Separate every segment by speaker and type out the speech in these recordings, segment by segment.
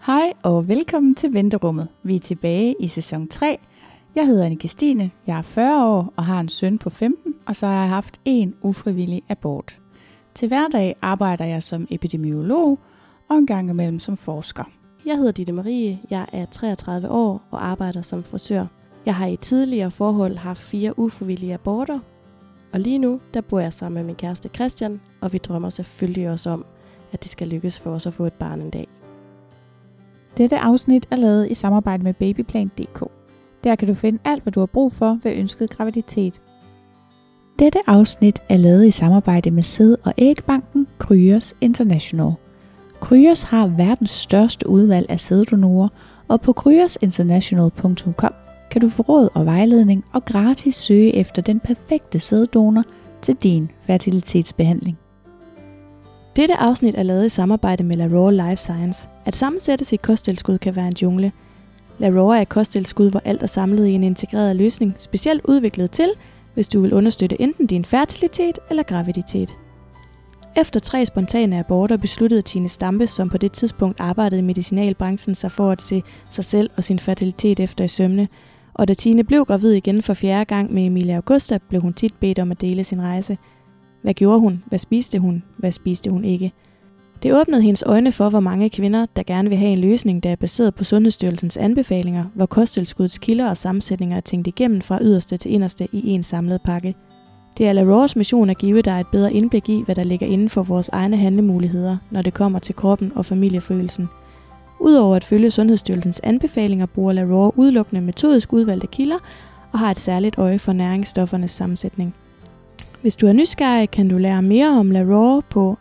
Speaker 1: Hej og velkommen til Venterummet. Vi er tilbage i sæson 3. Jeg hedder Annika Stine, jeg er 40 år og har en søn på 15, og så har jeg haft en ufrivillig abort. Til hverdag arbejder jeg som epidemiolog og en gang imellem som forsker.
Speaker 2: Jeg hedder Ditte Marie, jeg er 33 år og arbejder som frisør. Jeg har i tidligere forhold haft 4 ufrivillige aborter, og lige nu der bor jeg sammen med min kæreste Christian, og vi drømmer selvfølgelig også om, at det skal lykkes for os at få et barn en dag.
Speaker 1: Dette afsnit er lavet i samarbejde med babyplan.dk. Der kan du finde alt, hvad du har brug for ved ønsket graviditet. Dette afsnit er lavet i samarbejde med sæd- og ægbanken Kryos International. Kryos har verdens største udvalg af sæddonorer, og på kryosinternational.com kan du få råd og vejledning og gratis søge efter den perfekte sæddonor til din fertilitetsbehandling.
Speaker 2: Dette afsnit er lavet i samarbejde med LaRoe Life Science. At sammensætte sit kosttilskud kan være en jungle. LaRoe er et kosttilskud, hvor alt er samlet i en integreret løsning, specielt udviklet til, hvis du vil understøtte enten din fertilitet eller graviditet. Efter 3 spontane aborter besluttede Tine Stampe, som på det tidspunkt arbejdede i medicinalbranchen, sig for at se sig selv og sin fertilitet efter i sømne. Og da Tine blev gravid igen for 4. gang med Emilie Augusta, blev hun tit bedt om at dele sin rejse. Hvad gjorde hun? Hvad spiste hun? Hvad spiste hun ikke? Det åbnede hendes øjne for, hvor mange kvinder, der gerne vil have en løsning, der er baseret på Sundhedsstyrelsens anbefalinger, hvor kosttilskuddets kilder og sammensætninger er tænkt igennem fra yderste til inderste i en samlet pakke. Det er LaRoes mission at give dig et bedre indblik i, hvad der ligger inden for vores egne handlemuligheder, når det kommer til kroppen og familiefølelsen. Udover at følge Sundhedsstyrelsens anbefalinger, bruger LaRoe udelukkende metodisk udvalgte kilder og har et særligt øje for næringsstoffernes sammensætning. Hvis du er nysgerrig, kan du lære mere om LaRoe på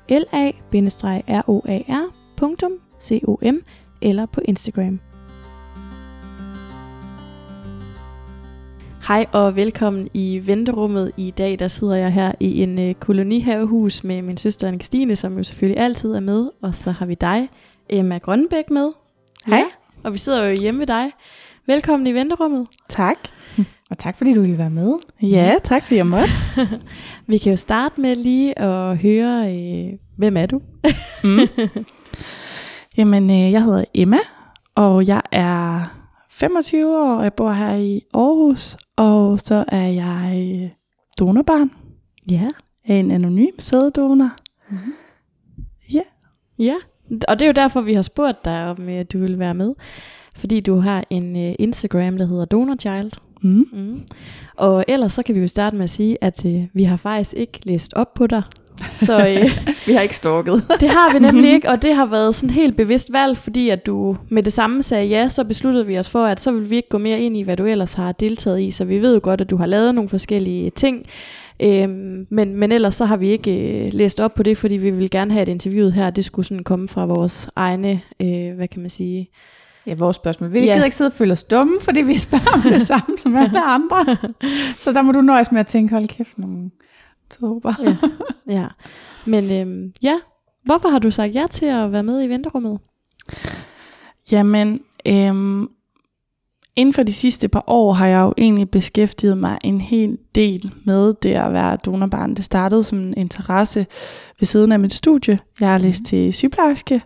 Speaker 2: la-roar.com eller på Instagram. Hej og velkommen i Venterummet. I dag der sidder jeg her i en kolonihavehus med min søster Annika Stine, som jo selvfølgelig altid er med. Og så har vi dig, Emma Grønbæk, med.
Speaker 3: Hej.
Speaker 2: Ja, og vi sidder jo hjemme ved dig. Velkommen i Venterummet.
Speaker 3: Tak.
Speaker 1: Og tak fordi du ville være med.
Speaker 3: Ja, tak fordi jeg måtte.
Speaker 2: Vi kan jo starte med lige at høre, hvem er du?
Speaker 3: Jamen, jeg hedder Emma, og jeg er 25 år, og jeg bor her i Aarhus, og så er jeg donorbarn.
Speaker 2: Ja.
Speaker 3: Af en anonym sæddonor.
Speaker 2: Mm-hmm.
Speaker 3: Ja.
Speaker 2: Ja, og det er jo derfor, vi har spurgt dig, om du vil være med. Fordi du har en Instagram, der hedder DonorChild. Og ellers så kan vi jo starte med at sige, at vi har faktisk ikke læst op på dig. Så
Speaker 1: vi har ikke stalket.
Speaker 2: Det har vi nemlig ikke, og det har været sådan helt bevidst valg, fordi at du med det samme sagde ja, så besluttede vi os for, at så vil vi ikke gå mere ind i, hvad du ellers har deltaget i. Så vi ved jo godt, at du har lavet nogle forskellige ting, men ellers så har vi ikke læst op på det, fordi vi vil gerne have et interviewet her. Det skulle sådan komme fra vores egne, hvad kan man sige...
Speaker 1: Ja, vores spørgsmål. Vi gider ikke sidde og føle os dumme, fordi vi spørger om det samme som alle andre. Så der må du nøjes med at tænke, hold kæft, nogle tober.
Speaker 2: Ja. Men hvorfor har du sagt ja til at være med i Venterummet?
Speaker 3: Jamen, inden for de sidste par år har jeg jo egentlig beskæftiget mig en hel del med det at være donorbarn. Det startede som en interesse ved siden af mit studie. Jeg har læst til sygeplejerske.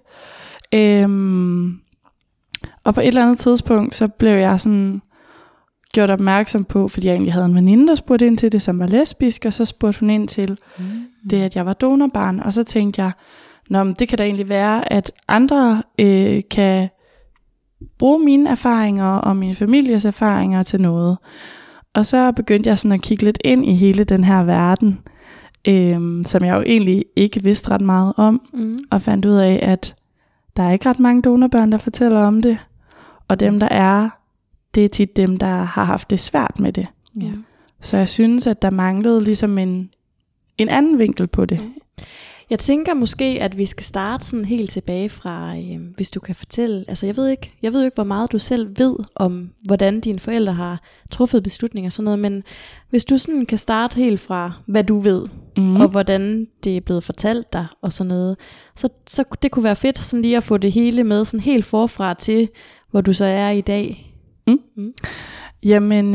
Speaker 3: Og på et eller andet tidspunkt, så blev jeg sådan gjort opmærksom på, fordi jeg egentlig havde en veninde, der spurgte ind til det, som var lesbisk, og så spurgte hun ind til det, at jeg var donorbarn. Og så tænkte jeg, det kan da egentlig være, at andre kan bruge mine erfaringer og min families erfaringer til noget. Og så begyndte jeg sådan at kigge lidt ind i hele den her verden, som jeg jo egentlig ikke vidste ret meget om, og fandt ud af, at der er ikke ret mange donorbørn, der fortæller om det. Og dem, der er, det er tit dem, der har haft det svært med det.
Speaker 1: Ja.
Speaker 3: Så jeg synes, at der manglede ligesom en anden vinkel på det.
Speaker 2: Jeg tænker måske, at vi skal starte sådan helt tilbage fra, hvis du kan fortælle. Altså jeg ved ikke, hvor meget du selv ved om, hvordan dine forældre har truffet beslutninger og sådan noget. Men hvis du sådan kan starte helt fra, hvad du ved, og hvordan det er blevet fortalt dig og sådan noget. Så det kunne være fedt sådan lige at få det hele med, sådan helt forfra til, hvor du så er i dag.
Speaker 3: Jamen,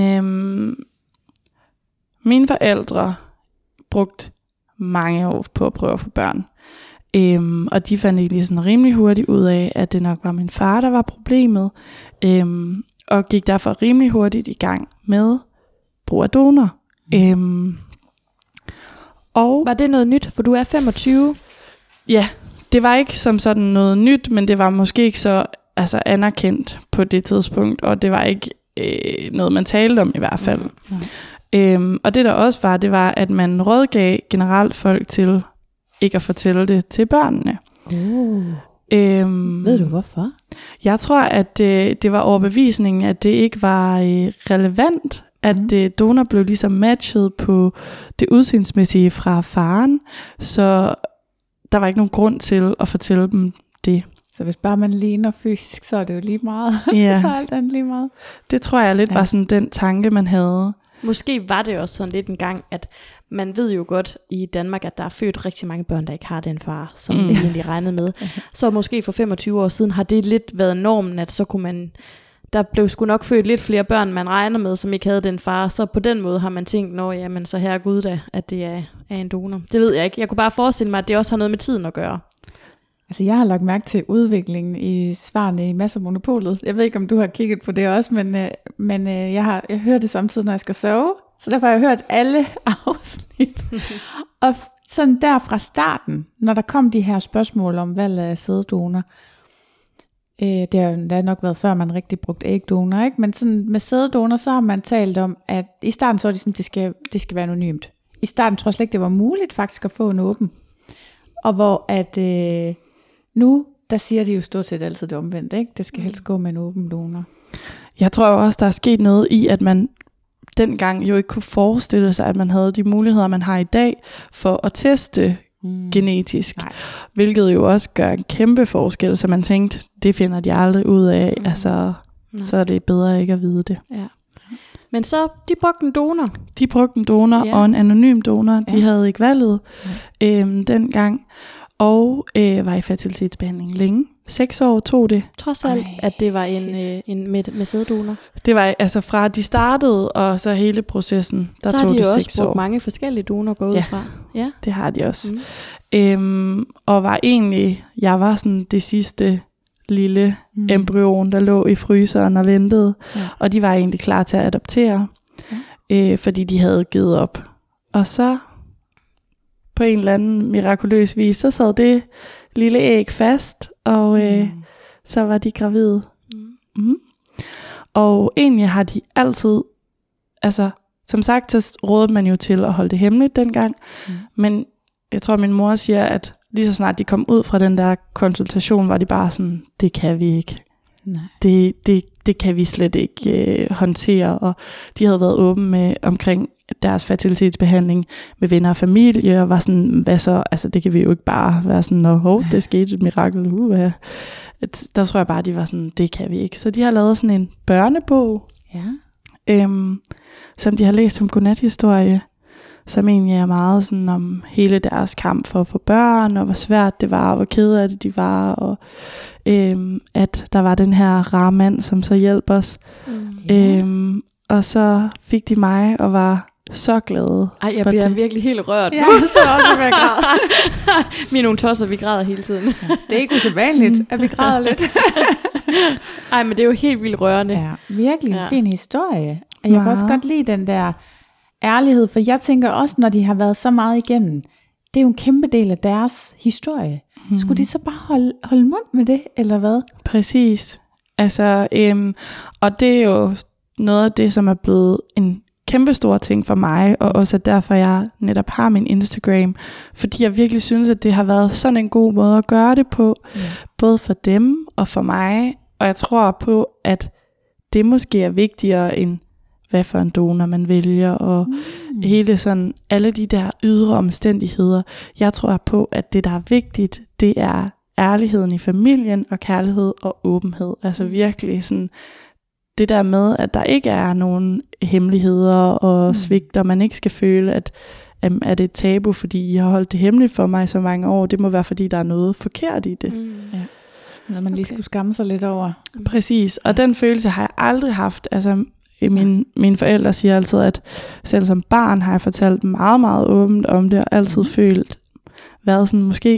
Speaker 3: mine forældre brugte mange år på at prøve at få børn. Og de fandt egentlig sådan rimelig hurtigt ud af, at det nok var min far, der var problemet. Og gik derfor rimelig hurtigt i gang med brug af donor. Og
Speaker 2: var det noget nyt, for du er 25?
Speaker 3: Ja, det var ikke som sådan noget nyt, men det var måske ikke så anerkendt på det tidspunkt, og det var ikke noget, man talte om i hvert fald. Og det der også var, det var, at man rådgav generelt folk til ikke at fortælle det til børnene.
Speaker 2: Ved du hvorfor?
Speaker 3: Jeg tror, at det var overbevisningen, at det ikke var relevant, at donor blev ligesom matchet på det udseendsmæssige fra faren, så der var ikke nogen grund til at fortælle dem det.
Speaker 1: Så hvis bare man ligner fysisk, så er det jo lige meget.
Speaker 3: Ja.
Speaker 1: Så er alt andet lige meget.
Speaker 3: Det tror jeg lidt var sådan den tanke, man havde.
Speaker 2: Måske var det også sådan lidt en gang, at man ved jo godt i Danmark, at der er født rigtig mange børn, der ikke har den far, som vi egentlig regnede med. Så måske for 25 år siden har det lidt været normen, at så kunne man... Der blev sgu nok født lidt flere børn, man regner med, som ikke havde den far. Så på den måde har man tænkt, jamen så her Gud da, at det er en donor. Det ved jeg ikke. Jeg kunne bare forestille mig, at det også har noget med tiden at gøre.
Speaker 1: Altså jeg har lagt mærke til udviklingen i svarene i Mads og Monopolet. Jeg ved ikke, om du har kigget på det også, men jeg hører det samtidig, når jeg skal sove. Så derfor har jeg hørt alle afsnit. Og sådan der fra starten, når der kom de her spørgsmål om valg af sæddonor, det har nok været før man rigtig brugte ægdonor, ikke? Men sådan med sæddonor, så har man talt om, at i starten så er det sådan, det skal være anonymt. I starten tror jeg slet ikke, det var muligt faktisk at få en åben. Og hvor at nu, der siger de jo stort set altid det omvendt, ikke? Det skal helst gå med en åben donor.
Speaker 3: Jeg tror også, der er sket noget i, at man dengang jo ikke kunne forestille sig, at man havde de muligheder, man har i dag, for at teste genetisk. Nej. Hvilket jo også gør en kæmpe forskel, så man tænkte, det finder de aldrig ud af. Så er det bedre ikke at vide det.
Speaker 2: Ja. Men så, de brugte en donor.
Speaker 3: De brugte en donor og en anonym donor. De havde ikke valget dengang. Og var i fertilitetsbehandling længe. 6 år tog det.
Speaker 2: Trods alt, at det var en med sæddonor.
Speaker 3: Det var altså fra de startede, og så hele processen, der tog det 6 år. Så har de også brugt
Speaker 2: mange forskellige donorer gået fra.
Speaker 3: Ja, det har de også. Og var egentlig, jeg var sådan det sidste lille embryon, der lå i fryseren og ventede. Ja. Og de var egentlig klar til at adoptere, fordi de havde givet op. Og så på en eller anden mirakuløs vis, så sad det lille æg fast, og så var de gravide. Og egentlig har de altid, altså som sagt, så rådede man jo til at holde det hemmeligt dengang, men jeg tror, min mor siger, at lige så snart de kom ud fra den der konsultation, var de bare sådan, det kan vi ikke. Nej. Det kan vi slet ikke håndtere, og de havde været åbne med omkring deres fertilitetsbehandling med venner og familie, og var sådan, hvad så, altså det kan vi jo ikke bare være sådan, det skete et mirakel, der tror jeg bare, de var sådan, det kan vi ikke. Så de har lavet sådan en børnebog, som de har læst som godnathistorie, som egentlig er meget sådan om hele deres kamp for at få børn, og hvor svært det var, og hvor kede af det de var, og at der var den her rare mand, som så hjalp os. Og så fik de mig, og var så glade.
Speaker 2: Ej, jeg bliver virkelig helt rørt.
Speaker 1: Ja, så også ved at græde.
Speaker 2: Vi er nogle tosser, vi græder hele tiden.
Speaker 1: Det er ikke usædvanligt, at vi græder lidt.
Speaker 2: Ej, men det er jo helt vildt rørende.
Speaker 1: Ja, virkelig en fin historie. Og jeg kan også godt lide den der ærlighed, for jeg tænker også, når de har været så meget igennem, det er jo en kæmpe del af deres historie. Skulle de så bare holde mund med det, eller hvad?
Speaker 3: Præcis. Altså, og det er jo noget af det, som er blevet en kæmpe stor ting for mig, og også derfor jeg netop har min Instagram, fordi jeg virkelig synes, at det har været sådan en god måde at gøre det på, både for dem og for mig, og jeg tror på, at det måske er vigtigere end hvad for en donor man vælger, og hele sådan, alle de der ydre omstændigheder. Jeg tror på, at det der er vigtigt, det er ærligheden i familien, og kærlighed og åbenhed. Altså virkelig sådan, det der med, at der ikke er nogen hemmeligheder og svigt, og man ikke skal føle, at det er et tabu, fordi I har holdt det hemmeligt for mig så mange år. Det må være, fordi der er noget forkert i det.
Speaker 1: Ja. Noget man lige skulle skamme sig lidt over.
Speaker 3: Præcis, og den følelse har jeg aldrig haft. Altså, mine forældre siger altid, at selv som barn har jeg fortalt meget, meget åbent om det, og altid følt, været sådan måske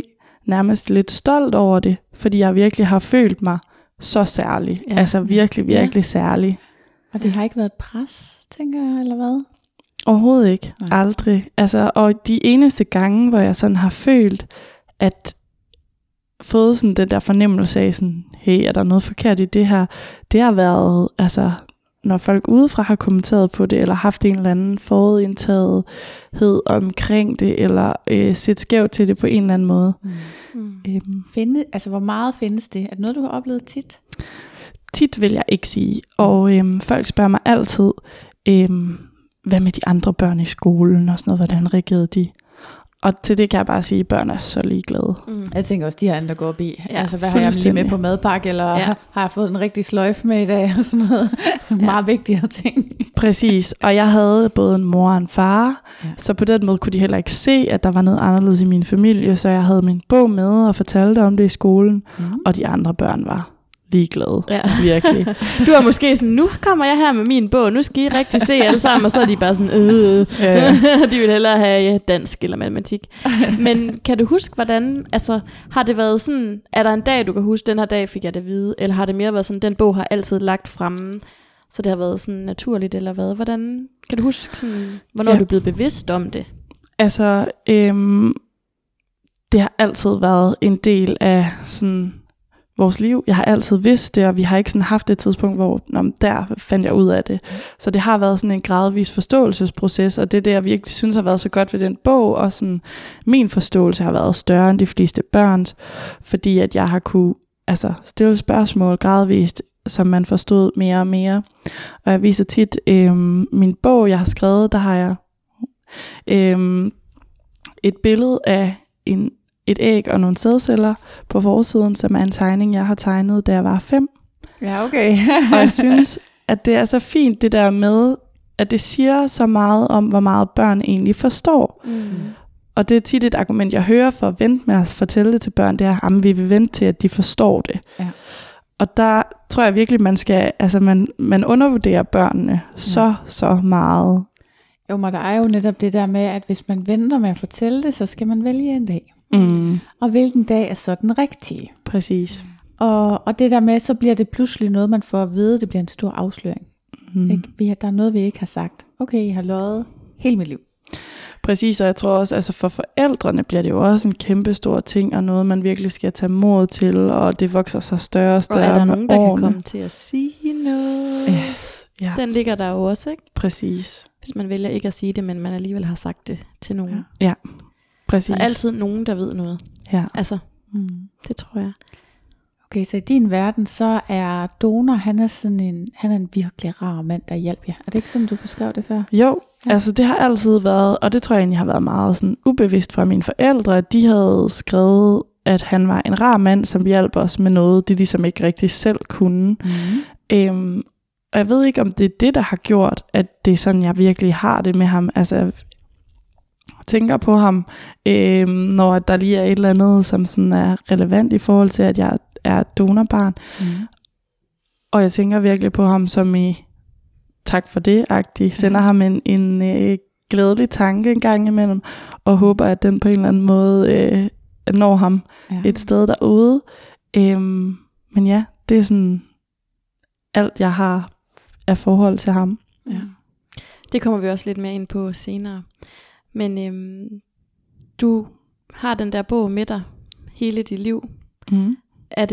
Speaker 3: nærmest lidt stolt over det, fordi jeg virkelig har følt mig så særlig.
Speaker 2: Ja.
Speaker 3: Altså virkelig særlig.
Speaker 1: Og det har ikke været et pres, tænker jeg, eller hvad?
Speaker 3: Overhovedet ikke.
Speaker 1: Nej.
Speaker 3: Aldrig. Altså, og de eneste gange, hvor jeg sådan har følt, at fået sådan den der fornemmelse af sådan, hey, er der noget forkert i det her? Det har været, altså, når folk udefra har kommenteret på det, eller haft en eller anden forudindtagethed omkring det, eller set skævt til det på en eller anden måde.
Speaker 1: Altså, hvor meget findes det? Er det noget, du har oplevet tit?
Speaker 3: Tit vil jeg ikke sige. Og folk spørger mig altid, hvad med de andre børn i skolen, og sådan noget, hvordan reagerede de? Og til det kan jeg bare sige, at børn er så ligeglade.
Speaker 1: Jeg tænker også, de her andre går op i.
Speaker 2: Ja,
Speaker 1: Altså, hvad har jeg lige med på madpakke, eller har jeg fået en rigtig sløjf med i dag, og sådan noget. Meget vigtigere ting.
Speaker 3: Præcis, og jeg havde både en mor og en far, så på den måde kunne de heller ikke se, at der var noget anderledes i min familie, så jeg havde min bog med og fortalte om det i skolen, og de andre børn var ligeglade, virkelig.
Speaker 2: Du er måske sådan, nu kommer jeg her med min bog, nu skal I rigtig se alle sammen, og så er de bare sådan, de vil hellere have dansk eller matematik. Men kan du huske, hvordan, altså, har det været sådan, er der en dag, du kan huske, den her dag fik jeg det at vide, eller har det mere været sådan, den bog har altid lagt fremme, så det har været sådan naturligt, eller hvad? Hvordan, kan du huske, sådan, hvornår er du blevet bevidst om det?
Speaker 3: Altså, det har altid været en del af sådan vores liv. Jeg har altid vidst det, og vi har ikke sådan haft et tidspunkt, hvor der fandt jeg ud af det. Så det har været sådan en gradvis forståelsesproces, og det er det, jeg virkelig synes har været så godt ved den bog, og sådan min forståelse har været større end de fleste børns, fordi at jeg har kunne stille spørgsmål gradvist, som man forstod mere og mere. Og jeg viser tit min bog, jeg har skrevet, der har jeg et billede af et æg og nogle sædceller på forsiden, som er en tegning, jeg har tegnet, da jeg var 5.
Speaker 1: Ja, okay.
Speaker 3: Og jeg synes, at det er så fint, det der med, at det siger så meget om, hvor meget børn egentlig forstår. Og det er tit et argument, jeg hører for at vente med at fortælle det til børn, det er, at vi vil vente til, at de forstår det.
Speaker 1: Ja.
Speaker 3: Og der tror jeg virkelig, man skal, man undervurderer børnene så meget.
Speaker 1: Jo, men der er jo netop det der med, at hvis man venter med at fortælle det, så skal man vælge en dag. Og hvilken dag er så den rigtige?
Speaker 3: Præcis.
Speaker 1: Og det der med, så bliver det pludselig noget, man får at vide, det bliver en stor afsløring. Ikke? Der er noget, vi ikke har sagt. Okay, jeg har løjet hele mit liv.
Speaker 3: Præcis, og jeg tror også, for forældrene bliver det jo også en kæmpe stor ting, og noget, man virkelig skal tage mod til, og det vokser sig større og større.
Speaker 2: Og er der nogen, der
Speaker 3: årene.
Speaker 2: kan komme til at sige noget?
Speaker 3: Ja.
Speaker 2: Den ligger der jo også, ikke?
Speaker 3: Præcis.
Speaker 2: Hvis man vælger ikke at sige det, men man alligevel har sagt det til nogen.
Speaker 3: Ja, præcis.
Speaker 2: Der er altid nogen, der ved noget.
Speaker 3: Ja.
Speaker 2: Altså, det tror jeg.
Speaker 1: Okay, så i din verden, så er donor, han er en virkelig rar mand, der hjælper jer. Er det ikke sådan, du beskrev det før?
Speaker 3: Jo, det har altid været, og det tror jeg egentlig har været meget sådan ubevidst fra mine forældre, at de havde skrevet, at han var en rar mand, som hjalp os med noget, de ligesom ikke rigtig selv kunne. Og jeg ved ikke, om det er det, der har gjort, at det er sådan, jeg virkelig har det med ham. Altså, jeg tænker på ham, når der lige er et eller andet, som sådan er relevant i forhold til, at jeg er donorbarn. Og jeg tænker virkelig på ham som i tak for det-agtig. Sender ham en glædelig tanke en gang imellem, og håber, at den på en eller anden måde når ham et sted derude. Men ja, det er sådan alt, jeg har af forhold til ham.
Speaker 2: Ja. Det kommer vi også lidt mere ind på senere. Men du har den der bog med dig hele dit liv. Er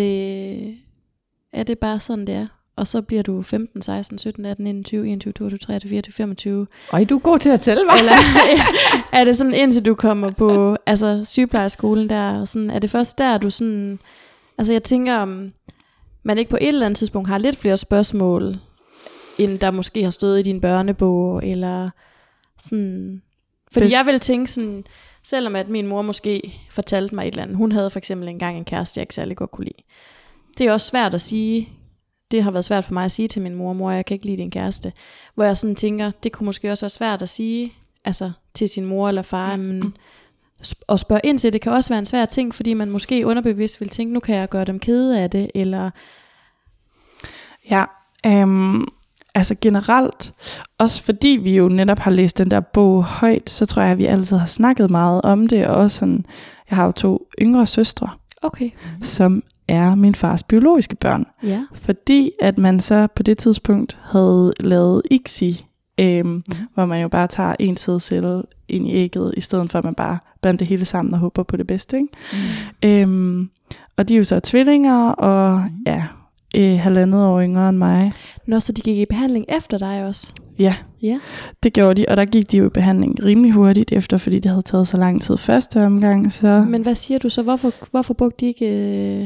Speaker 2: det bare sådan, det er? Og så bliver du 15, 16, 17, 18, 19, 20, 21, 22, 23, 24, 25.
Speaker 1: Og du er god til at tælle, hva'?
Speaker 2: Eller er det sådan, indtil du kommer på sygeplejerskolen der, og sådan, er det først der, du sådan... Altså jeg tænker, om man ikke på et eller andet tidspunkt har lidt flere spørgsmål, end der måske har stået i din børnebog, eller sådan... Fordi jeg vil tænke sådan, selvom at min mor måske fortalte mig et eller andet, hun havde for eksempel engang en kæreste, jeg ikke særlig godt kunne lide. Det er også svært at sige, det har været svært for mig at sige til min mor, jeg kan ikke lide din kæreste. Hvor jeg sådan tænker, det kunne måske også være svært at sige, til sin mor eller far, men at spørge ind til, det kan også være en svær ting, fordi man måske underbevidst vil tænke, nu kan jeg gøre dem kede af det, eller...
Speaker 3: Ja, altså generelt, også fordi vi jo netop har læst den der bog højt, så tror jeg, at vi altid har snakket meget om det, og også sådan, jeg har jo 2 yngre søstre,
Speaker 2: Okay.
Speaker 3: som er min fars biologiske børn.
Speaker 2: Ja.
Speaker 3: Fordi at man så på det tidspunkt havde lavet ICSI, hvor man jo bare tager en sædcelle ind i ægget, i stedet for at man bare blander det hele sammen og håber på det bedste. Ikke? Og de er jo så tvillinger, og 1,5 år yngre end mig.
Speaker 2: Nå, så de gik i behandling efter dig også?
Speaker 3: Ja,
Speaker 2: Ja.
Speaker 3: det gjorde de, og der gik de jo i behandling rimelig hurtigt efter, fordi det havde taget så lang tid første omgang. Så.
Speaker 2: Men hvad siger du så? Hvorfor brugte de ikke...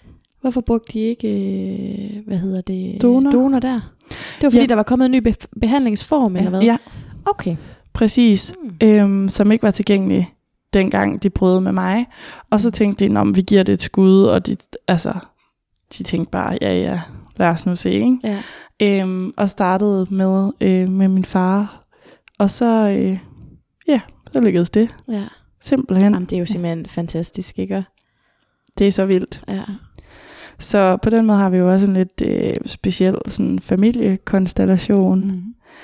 Speaker 2: hvad hedder det? Donor der? Det var fordi, der var kommet en ny behandlingsform, eller hvad?
Speaker 3: Ja,
Speaker 2: Okay.
Speaker 3: præcis. Som ikke var tilgængelig dengang, de prøvede med mig. Og så tænkte de, om vi giver det et skud, og de tænkte bare, ja, lad os nu se, ikke?
Speaker 2: Ja.
Speaker 3: Og startede med min far. Og så, så lykkedes det.
Speaker 2: Ja.
Speaker 3: Simpelthen.
Speaker 2: Jamen, det er jo simpelthen fantastisk, ikke?
Speaker 3: Det er så vildt.
Speaker 2: Ja.
Speaker 3: Så på den måde har vi jo også en lidt speciel sådan, familiekonstellation.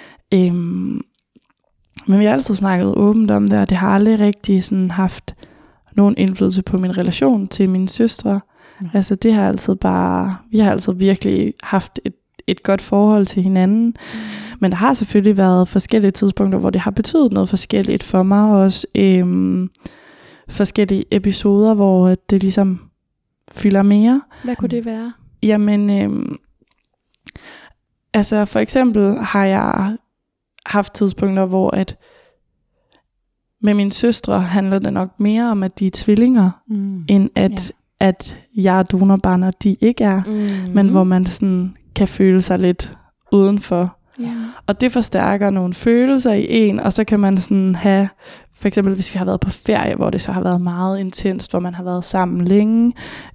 Speaker 3: Men vi har altid snakket åbent om det, og det har aldrig rigtig sådan, haft nogen indflydelse på min relation til mine søstre. Altså det har altid vi har altid virkelig haft et godt forhold til hinanden. Men der har selvfølgelig været forskellige tidspunkter, hvor det har betydet noget forskelligt for mig. Også forskellige episoder, hvor det ligesom fylder mere.
Speaker 2: Hvad kunne det være?
Speaker 3: Jamen, altså for eksempel har jeg haft tidspunkter, hvor at med mine søstre handler det nok mere om, at de er tvillinger, end at jeg er donorbarn, og de ikke er. Men hvor man sådan kan føle sig lidt udenfor.
Speaker 2: Ja.
Speaker 3: Og det forstærker nogle følelser i en, og så kan man sådan have, for eksempel hvis vi har været på ferie, hvor det så har været meget intenst, hvor man har været sammen længe,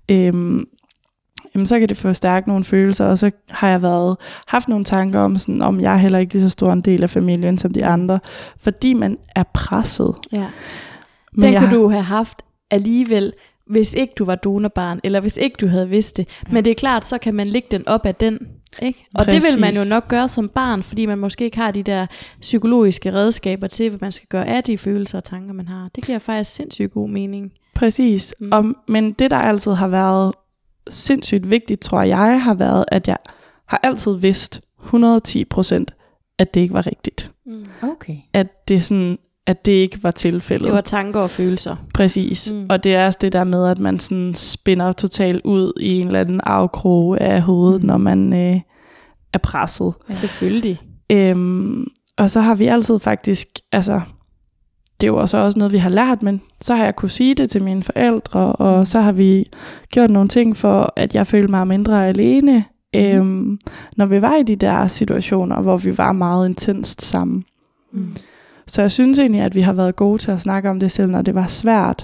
Speaker 3: så kan det forstærke nogle følelser, og så har jeg haft nogle tanker om, sådan, om jeg er heller ikke lige så stor en del af familien som de andre, fordi man er presset.
Speaker 2: Ja. Den kunne du have haft alligevel, hvis ikke du var donorbarn, eller hvis ikke du havde vidst det. Men det er klart, så kan man lægge den op af den. Ikke? Og
Speaker 3: Præcis.
Speaker 2: det vil man jo nok gøre som barn, fordi man måske ikke har de der psykologiske redskaber til, hvad man skal gøre af de følelser og tanker, man har. Det giver faktisk sindssygt god mening.
Speaker 3: Præcis. Men det, der altid har været sindssygt vigtigt, tror jeg, har været, at jeg har altid vidst 110%, at det ikke var rigtigt.
Speaker 1: Okay.
Speaker 3: At det ikke var tilfældet.
Speaker 2: Det var tanker og følelser.
Speaker 3: Præcis. Og det er også det der med, at man sådan spinner totalt ud i en eller anden afkrog af hovedet, når man er presset.
Speaker 2: Ja. Selvfølgelig.
Speaker 3: Og så har vi altid faktisk, altså, det er jo også noget, vi har lært, men så har jeg kunne sige det til mine forældre, og så har vi gjort nogle ting for, at jeg følte mig mindre alene, når vi var i de der situationer, hvor vi var meget intenst sammen. Så jeg synes egentlig, at vi har været gode til at snakke om det selv, når det var svært.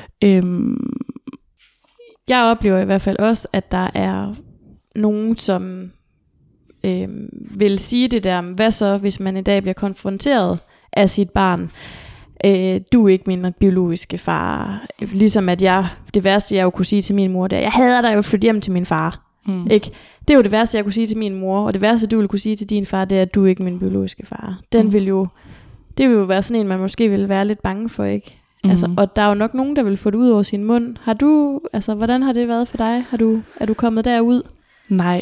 Speaker 2: Jeg oplever i hvert fald også, at der er nogen, som vil sige det der, hvad så, hvis man i dag bliver konfronteret af sit barn? Du er ikke min biologiske far. Ligesom at det værste, jeg jo kunne sige til min mor, det er, jeg hader dig, jeg vil flytte hjem til min far. Ikke? Det er jo det værste, jeg kunne sige til min mor, og det værste, du ville kunne sige til din far, det er, at du er ikke min biologiske far. Det vil jo være sådan en, man måske ville være lidt bange for, ikke? Altså, og der er jo nok nogen, der vil få det ud over sin mund. Hvordan har det været for dig? Er du kommet derud?
Speaker 3: Nej,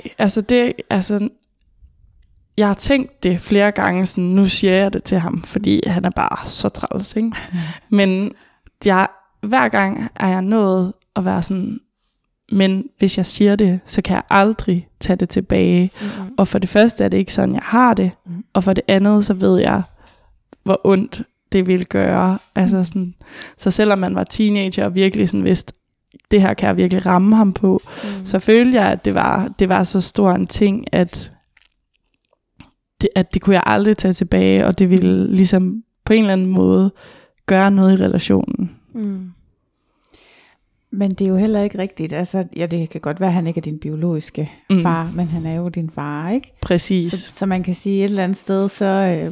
Speaker 3: jeg har tænkt det flere gange, sådan, nu siger jeg det til ham, fordi han er bare så træls, ikke? Men hver gang er jeg nået at være sådan, men hvis jeg siger det, så kan jeg aldrig tage det tilbage. Og for det første er det ikke sådan, jeg har det, og for det andet, så ved jeg, hvor ondt det ville gøre. Altså sådan, så selvom man var teenager og virkelig sådan vidste, det her kan jeg virkelig ramme ham på, så følte jeg, at det var så stor en ting, at det kunne jeg aldrig tage tilbage, og det ville ligesom på en eller anden måde gøre noget i relationen.
Speaker 1: Men det er jo heller ikke rigtigt. Altså, ja, det kan godt være, at han ikke er din biologiske far, men han er jo din far, ikke?
Speaker 3: Præcis.
Speaker 1: Så man kan sige et eller andet sted, så...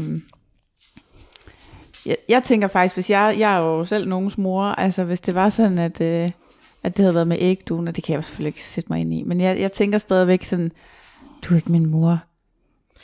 Speaker 1: Jeg tænker faktisk, hvis jeg er jo selv nogens mor, altså hvis det var sådan, at det havde været med ægdonor, det kan jeg jo selvfølgelig ikke sætte mig ind i, men jeg tænker stadigvæk sådan, du er ikke min mor.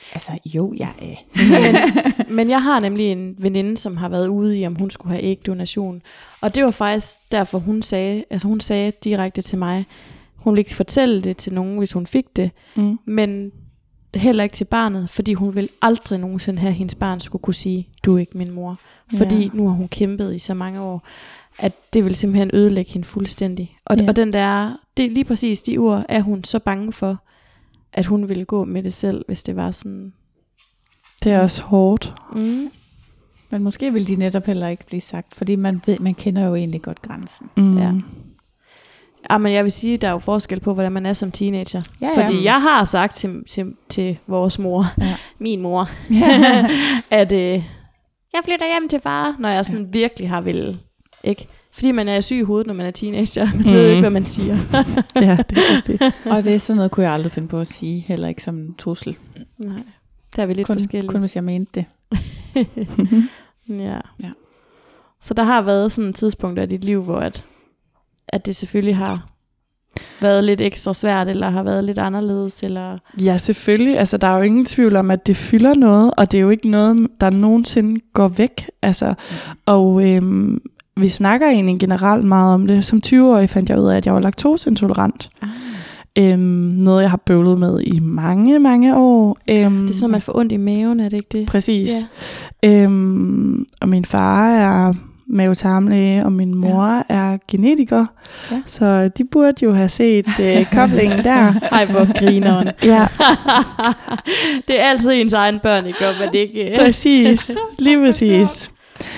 Speaker 1: Altså, jo, jeg er.
Speaker 2: Men jeg har nemlig en veninde, som har været ude i, om hun skulle have ægdonation. Og det var faktisk derfor, hun sagde direkte til mig, hun ville ikke fortælle det til nogen, hvis hun fik det, men heller ikke til barnet, fordi hun vil aldrig nogensinde have, at hendes barn skulle kunne sige, du er ikke min mor. Fordi nu har hun kæmpet i så mange år, at det vil simpelthen ødelægge hende fuldstændig. Og det er lige præcis de ord, er hun så bange for, at hun ville gå med det selv, hvis det var sådan.
Speaker 3: Det er også hårdt.
Speaker 1: Men måske vil de netop heller ikke blive sagt, fordi man kender jo egentlig godt grænsen.
Speaker 2: Ja, men jeg vil sige, der er jo forskel på, hvordan man er som teenager.
Speaker 1: Ja.
Speaker 2: Fordi jeg har sagt til vores mor, min mor, at jeg flytter hjem til far, når jeg sådan virkelig har vel, ikke? Fordi man er syg i hovedet, når man er teenager. Man ved ikke, hvad man siger.
Speaker 3: Ja, det er rigtigt.
Speaker 1: Og det er sådan noget, kunne jeg aldrig finde på at sige, heller ikke som en trussel.
Speaker 2: Nej, der er vi lidt forskellige.
Speaker 1: Kun hvis jeg mente det.
Speaker 2: Ja. Så der har været sådan et tidspunkt i dit liv, hvor at det selvfølgelig har været lidt ekstra svært, eller har været lidt anderledes, eller? Ja,
Speaker 3: selvfølgelig. Altså, der er jo ingen tvivl om, at det fylder noget, og det er jo ikke noget, der nogensinde går væk. Altså, og vi snakker egentlig generelt meget om det. Som 20-årig fandt jeg ud af, at jeg var laktoseintolerant. Noget, jeg har bøvlet med i mange, mange år.
Speaker 2: Det er sådan, man får ondt i maven, er det ikke det?
Speaker 3: Præcis. Ja. Og min far er mavetarmlæge, og min mor er genetiker. Ja. Så de burde jo have set koblingen der.
Speaker 2: Ej, hvor grineren.
Speaker 3: Ja.
Speaker 2: Det er altid ens egen børn, ikke? Men ikke.
Speaker 3: Præcis. Lige præcis.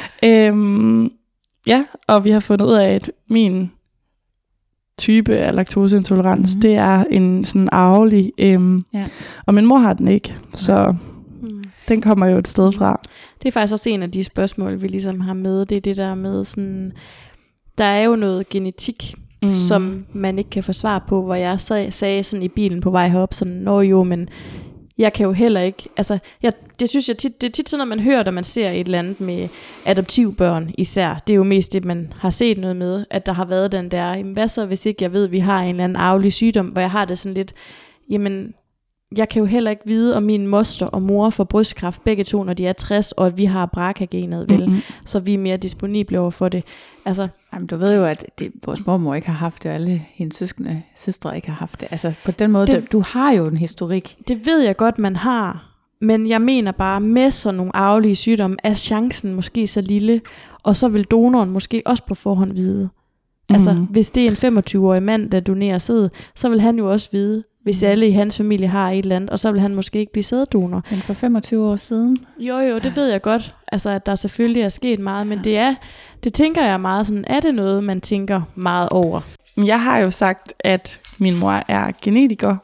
Speaker 3: Ja, og vi har fundet ud af, at min type af laktoseintolerans, det er en sådan arvelig, og min mor har den ikke, så den kommer jo et sted fra.
Speaker 2: Det er faktisk også en af de spørgsmål, vi ligesom har med, det er det der med sådan, der er jo noget genetik, som man ikke kan få svar på, hvor jeg sagde sådan i bilen på vej herop, sådan, men jeg kan jo heller ikke, altså, det synes jeg tit, det er tit sådan, når man hører, når man ser et eller andet med adoptivbørn især, det er jo mest det, man har set noget med, at der har været den der, jamen hvad så, hvis ikke jeg ved, vi har en eller anden arvelig sygdom, hvor jeg har det sådan lidt, jamen, jeg kan jo heller ikke vide, om min moster og mor får brystkræft, begge to, når de er 60, og at vi har BRCA-genet, vel, så vi er mere disponible over for det. Altså,
Speaker 1: jamen, du ved jo, at vores mormor ikke har haft det, og alle hendes søstre ikke har haft det. Altså, på den måde, du har jo en historik.
Speaker 2: Det ved jeg godt, man har, men jeg mener bare, med sådan nogle arvelige sygdomme, er chancen måske så lille, og så vil donoren måske også på forhånd vide. Altså, hvis det er en 25-årig mand, der donerer sæd, så vil han jo også vide, hvis alle i hans familie har et eller andet, og så vil han måske ikke blive sæddonor.
Speaker 1: Men for 25 år siden?
Speaker 2: Jo, det ved jeg godt. Altså, at der selvfølgelig er sket meget, men det tænker jeg meget sådan, er det noget, man tænker meget over?
Speaker 3: Jeg har jo sagt, at min mor er genetiker.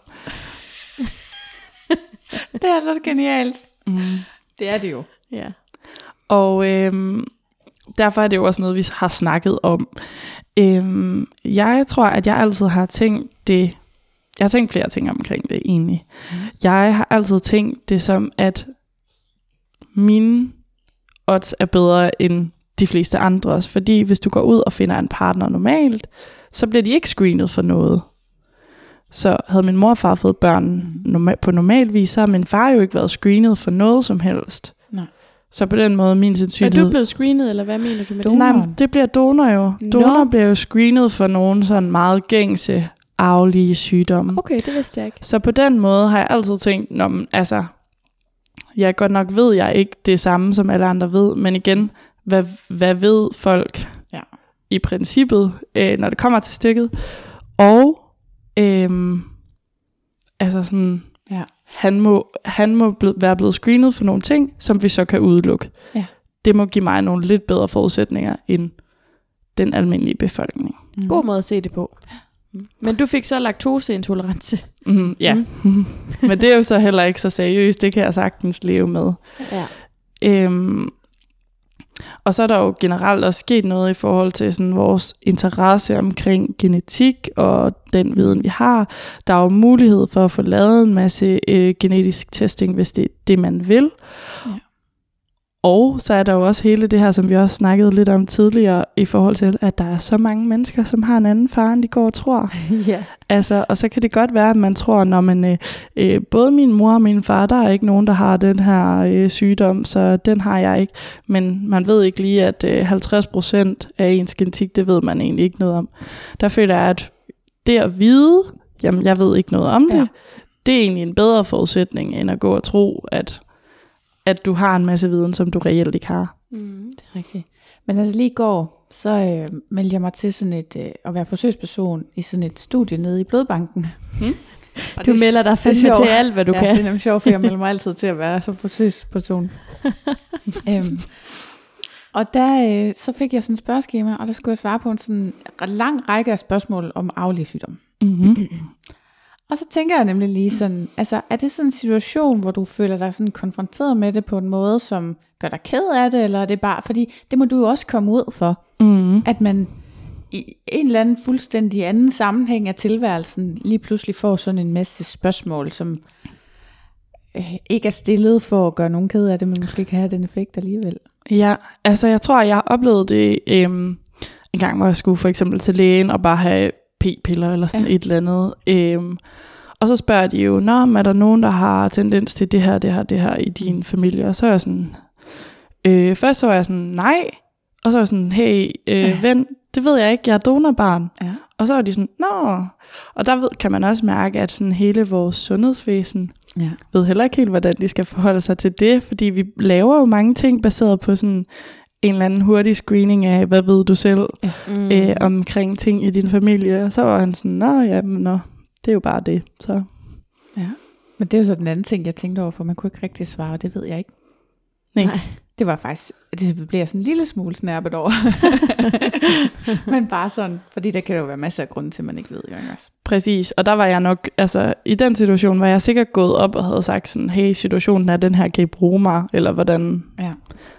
Speaker 1: Det er så genialt. Det er det jo.
Speaker 3: Ja. Og derfor er det jo også noget, vi har snakket om. Jeg tror, at jeg altid har tænkt det. Jeg har tænkt flere ting omkring det egentlig. Jeg har altid tænkt det som, at mine odds er bedre end de fleste andres. Fordi hvis du går ud og finder en partner normalt, så bliver de ikke screenet for noget. Så havde min mor og far fået børn på normal vis, så har min far jo ikke været screenet for noget som helst. Nej. Så på den måde, min sandsynlighed...
Speaker 2: Er du blevet screenet, eller hvad mener du med det?
Speaker 3: Nej, det bliver donor jo. Donor bliver jo screenet for nogen sådan meget gængse arvelige sygdomme.
Speaker 2: Okay, det vidste jeg ikke.
Speaker 3: Så på den måde har jeg altid tænkt, altså, jeg godt nok ved jeg ikke det samme, som alle andre ved, men igen, hvad ved folk i princippet, når det kommer til stykket? Og altså sådan, han må være blevet screenet for nogle ting, som vi så kan udelukke. Ja. Det må give mig nogle lidt bedre forudsætninger end den almindelige befolkning.
Speaker 2: God måde at se det på. Men du fik så laktoseintolerance.
Speaker 3: Ja, men det er jo så heller ikke så seriøst. Det kan jeg sagtens leve med. Ja. Og så er der jo generelt også sket noget i forhold til sådan vores interesse omkring genetik og den viden, vi har. Der er jo mulighed for at få lavet en masse genetisk testing, hvis det er det, man vil. Ja. Og så er der jo også hele det her, som vi også snakkede lidt om tidligere, i forhold til, at der er så mange mennesker, som har en anden far, end de går og tror.
Speaker 2: Ja.
Speaker 3: Altså, og så kan det godt være, at man tror, når man både min mor og min far, der er ikke nogen, der har den her sygdom, så den har jeg ikke. Men man ved ikke lige, at 50% af ens genetik, det ved man egentlig ikke noget om. Der føler jeg, at det at vide, jamen jeg ved ikke noget om det, det er egentlig en bedre forudsætning, end at gå og tro, at du har en masse viden, som du reelt ikke har.
Speaker 1: Det er rigtigt. Men altså lige i går, så meldte jeg mig til sådan at være forsøgsperson i sådan et studie nede i Blodbanken.
Speaker 2: Du melder dig fandme til alt, hvad du kan.
Speaker 1: Ja, det er nemlig sjovt, for jeg melder mig altid til at være som forsøgsperson. Og der så fik jeg sådan et spørgeskema, og der skulle jeg svare på en sådan lang række af spørgsmål om arvelige sygdomme. Og så tænker jeg nemlig lige sådan, altså er det sådan en situation, hvor du føler dig sådan konfronteret med det på en måde, som gør dig ked af det, eller er det bare, fordi det må du jo også komme ud for, at man i en eller anden fuldstændig anden sammenhæng af tilværelsen lige pludselig får sådan en masse spørgsmål, som ikke er stillet for at gøre nogen ked af det, men måske kan have den effekt alligevel.
Speaker 3: Ja, altså jeg tror, jeg oplevede det en gang, hvor jeg skulle for eksempel til lægen og bare have p-piller eller sådan et eller andet. Og så spørger de jo, er der nogen, der har tendens til det her i din familie? Og så er jeg sådan, først så var jeg sådan, nej. Og så var jeg sådan, hey, ven, det ved jeg ikke, jeg er donorbarn. Ja. Og så var de sådan, Og der kan man også mærke, at sådan hele vores sundhedsvæsen ved heller ikke helt, hvordan de skal forholde sig til det. Fordi vi laver jo mange ting baseret på sådan en eller anden hurtig screening af, hvad ved du selv omkring ting i din familie. Og så var han sådan, det er jo bare det. Så.
Speaker 1: Ja, men det er jo så den anden ting, jeg tænkte over, for man kunne ikke rigtig svare, det ved jeg ikke.
Speaker 3: Nej.
Speaker 1: Det var faktisk, det blev sådan en lille smule snærpet over. Men bare sådan, fordi der kan jo være masser af grunde til, man ikke ved. Også.
Speaker 3: Præcis, og der var jeg nok, altså i den situation var jeg sikkert gået op og havde sagt sådan, hey, situationen er den her, kan I bruge mig? Eller hvordan?
Speaker 1: Ja.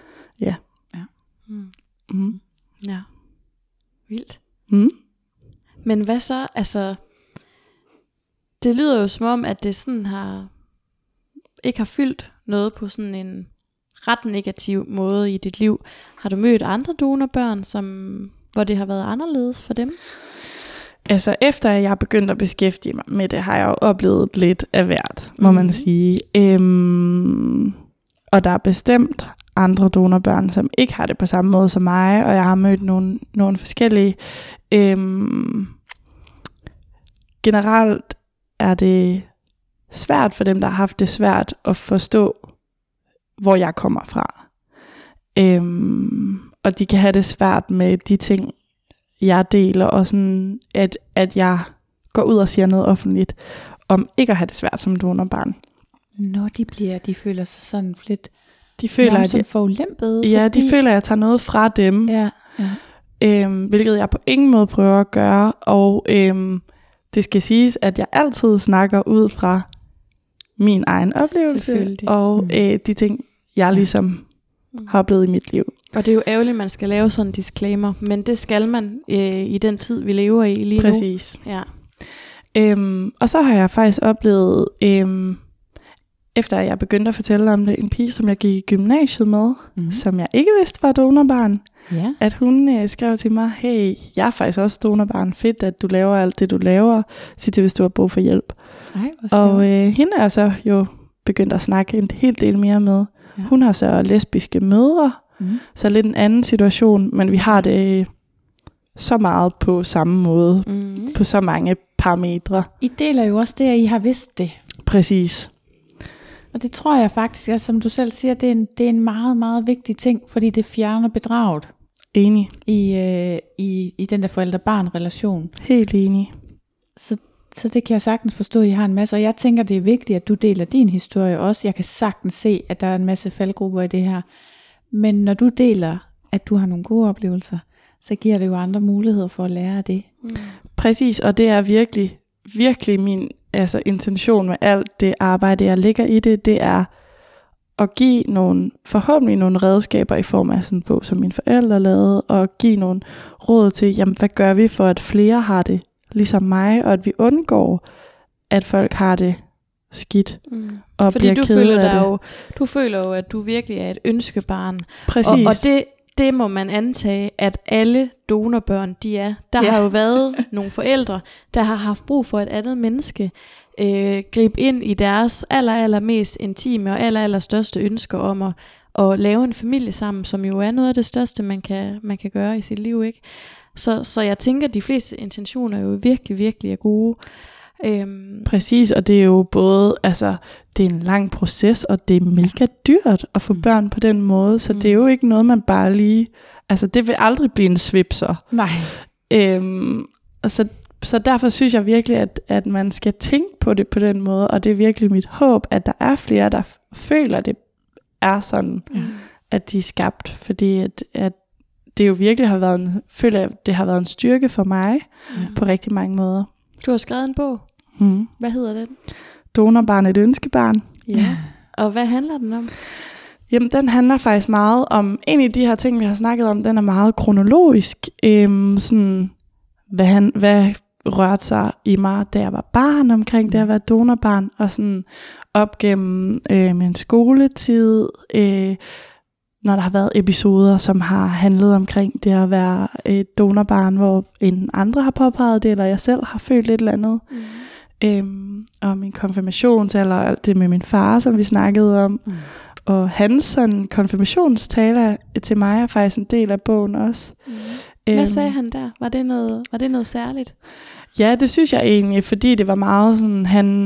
Speaker 2: Ja. Vildt. Men hvad så, altså, det lyder jo som om, at det sådan ikke har fyldt noget på sådan en ret negativ måde i dit liv. Har du mødt andre donorbørn, hvor det har været anderledes for dem?
Speaker 3: Altså efter jeg begyndte at beskæftige mig med det, har jeg jo oplevet lidt af hvert, må man sige. Og der er bestemt andre donorbørn, som ikke har det på samme måde som mig, og jeg har mødt nogle forskellige. Generelt er det svært for dem, der har haft det svært at forstå, hvor jeg kommer fra. Og de kan have det svært med de ting, jeg deler, og sådan, at jeg går ud og siger noget offentligt, om ikke at have det svært som donorbarn.
Speaker 1: Når de føler sig sådan lidt,
Speaker 3: de føler, at de
Speaker 1: forulæmpede.
Speaker 3: Ja, de føler, at jeg tager noget fra dem.
Speaker 1: Ja.
Speaker 3: Hvilket jeg på ingen måde prøver at gøre, og det skal siges, at jeg altid snakker ud fra min egen oplevelse, og de ting, jeg ligesom har oplevet i mit liv.
Speaker 2: Og det er jo ærgerligt, at man skal lave sådan en disclaimer, men det skal man i den tid, vi lever i lige nu.
Speaker 3: Præcis.
Speaker 2: Ja.
Speaker 3: Og så har jeg faktisk oplevet, efter jeg begyndte at fortælle om det, en pige, som jeg gik i gymnasiet med, som jeg ikke vidste var donorbarn, at hun skrev til mig, hey, jeg er faktisk også donorbarn, fedt, at du laver alt det, du laver, sig til, hvis du har brug for hjælp. Og hende er så jo begyndt at snakke en hel del mere med. Ja. Hun har så lesbiske mødre, så lidt en anden situation, men vi har det så meget på samme måde, på så mange parametre.
Speaker 1: I deler jo også det, at I har vidst det. Præcis. Og det tror jeg faktisk, at som du selv siger, det er en meget, meget vigtig ting, fordi det fjerner bedraget.
Speaker 3: Enig.
Speaker 1: I den der forældre-barn-relation.
Speaker 3: Helt enig.
Speaker 1: Så det kan jeg sagtens forstå, at I har en masse. Og jeg tænker, det er vigtigt, at du deler din historie også. Jeg kan sagtens se, at der er en masse faldgrupper i det her. Men når du deler, at du har nogle gode oplevelser, så giver det jo andre muligheder for at lære af det.
Speaker 3: Præcis, og det er virkelig, virkelig min intention med alt det arbejde, jeg lægger i det, det er at give forhåbentlig nogle redskaber i form af sådan en bog, som mine forældre lavede, og give nogle råd til, jamen hvad gør vi for, at flere har det ligesom mig, og at vi undgår, at folk har det skidt og
Speaker 2: fordi
Speaker 3: bliver ked af det.
Speaker 2: Du føler jo, at du virkelig er et ønskebarn.
Speaker 3: Præcis.
Speaker 2: Og det må man antage, at alle donorbørn, de er. Der har jo været nogle forældre, der har haft brug for et andet menneske, gribe ind i deres allermest intime og allerstørste ønsker om at lave en familie sammen, som jo er noget af det største, man kan gøre i sit liv, ikke? Så jeg tænker, at de fleste intentioner jo virkelig, virkelig er gode.
Speaker 3: Præcis, og det er jo både, altså, det er en lang proces, og det er mega dyrt at få børn på den måde, så det er jo ikke noget, man bare lige, altså det vil aldrig blive en svipser.
Speaker 1: Nej.
Speaker 3: Så derfor synes jeg virkelig, at man skal tænke på det på den måde, og det er virkelig mit håb, at der er flere, der føler, at det er sådan, at de er skabt, fordi at det jo virkelig har været det har været en styrke for mig på rigtig mange måder.
Speaker 2: Du har skrevet en bog. Hvad hedder den?
Speaker 3: Donorbarn, et ønskebarn.
Speaker 2: Ja. Og hvad handler den om?
Speaker 3: Jamen, den handler faktisk meget om, en af de her ting, vi har snakket om, den er meget kronologisk. Sådan, hvad rørte sig i mig, da jeg var barn omkring det at være donorbarn, og sådan op gennem min skoletid, når der har været episoder, som har handlet omkring det at være et donorbarn, hvor enten andre har påpeget det, eller jeg selv har følt et eller andet. Og min konfirmationsalder, og alt det med min far, som vi snakkede om. Og hans sådan konfirmationstaler til mig er faktisk en del af bogen også.
Speaker 2: Hvad sagde han der? Var det noget særligt?
Speaker 3: Ja, det synes jeg egentlig, fordi det var meget sådan,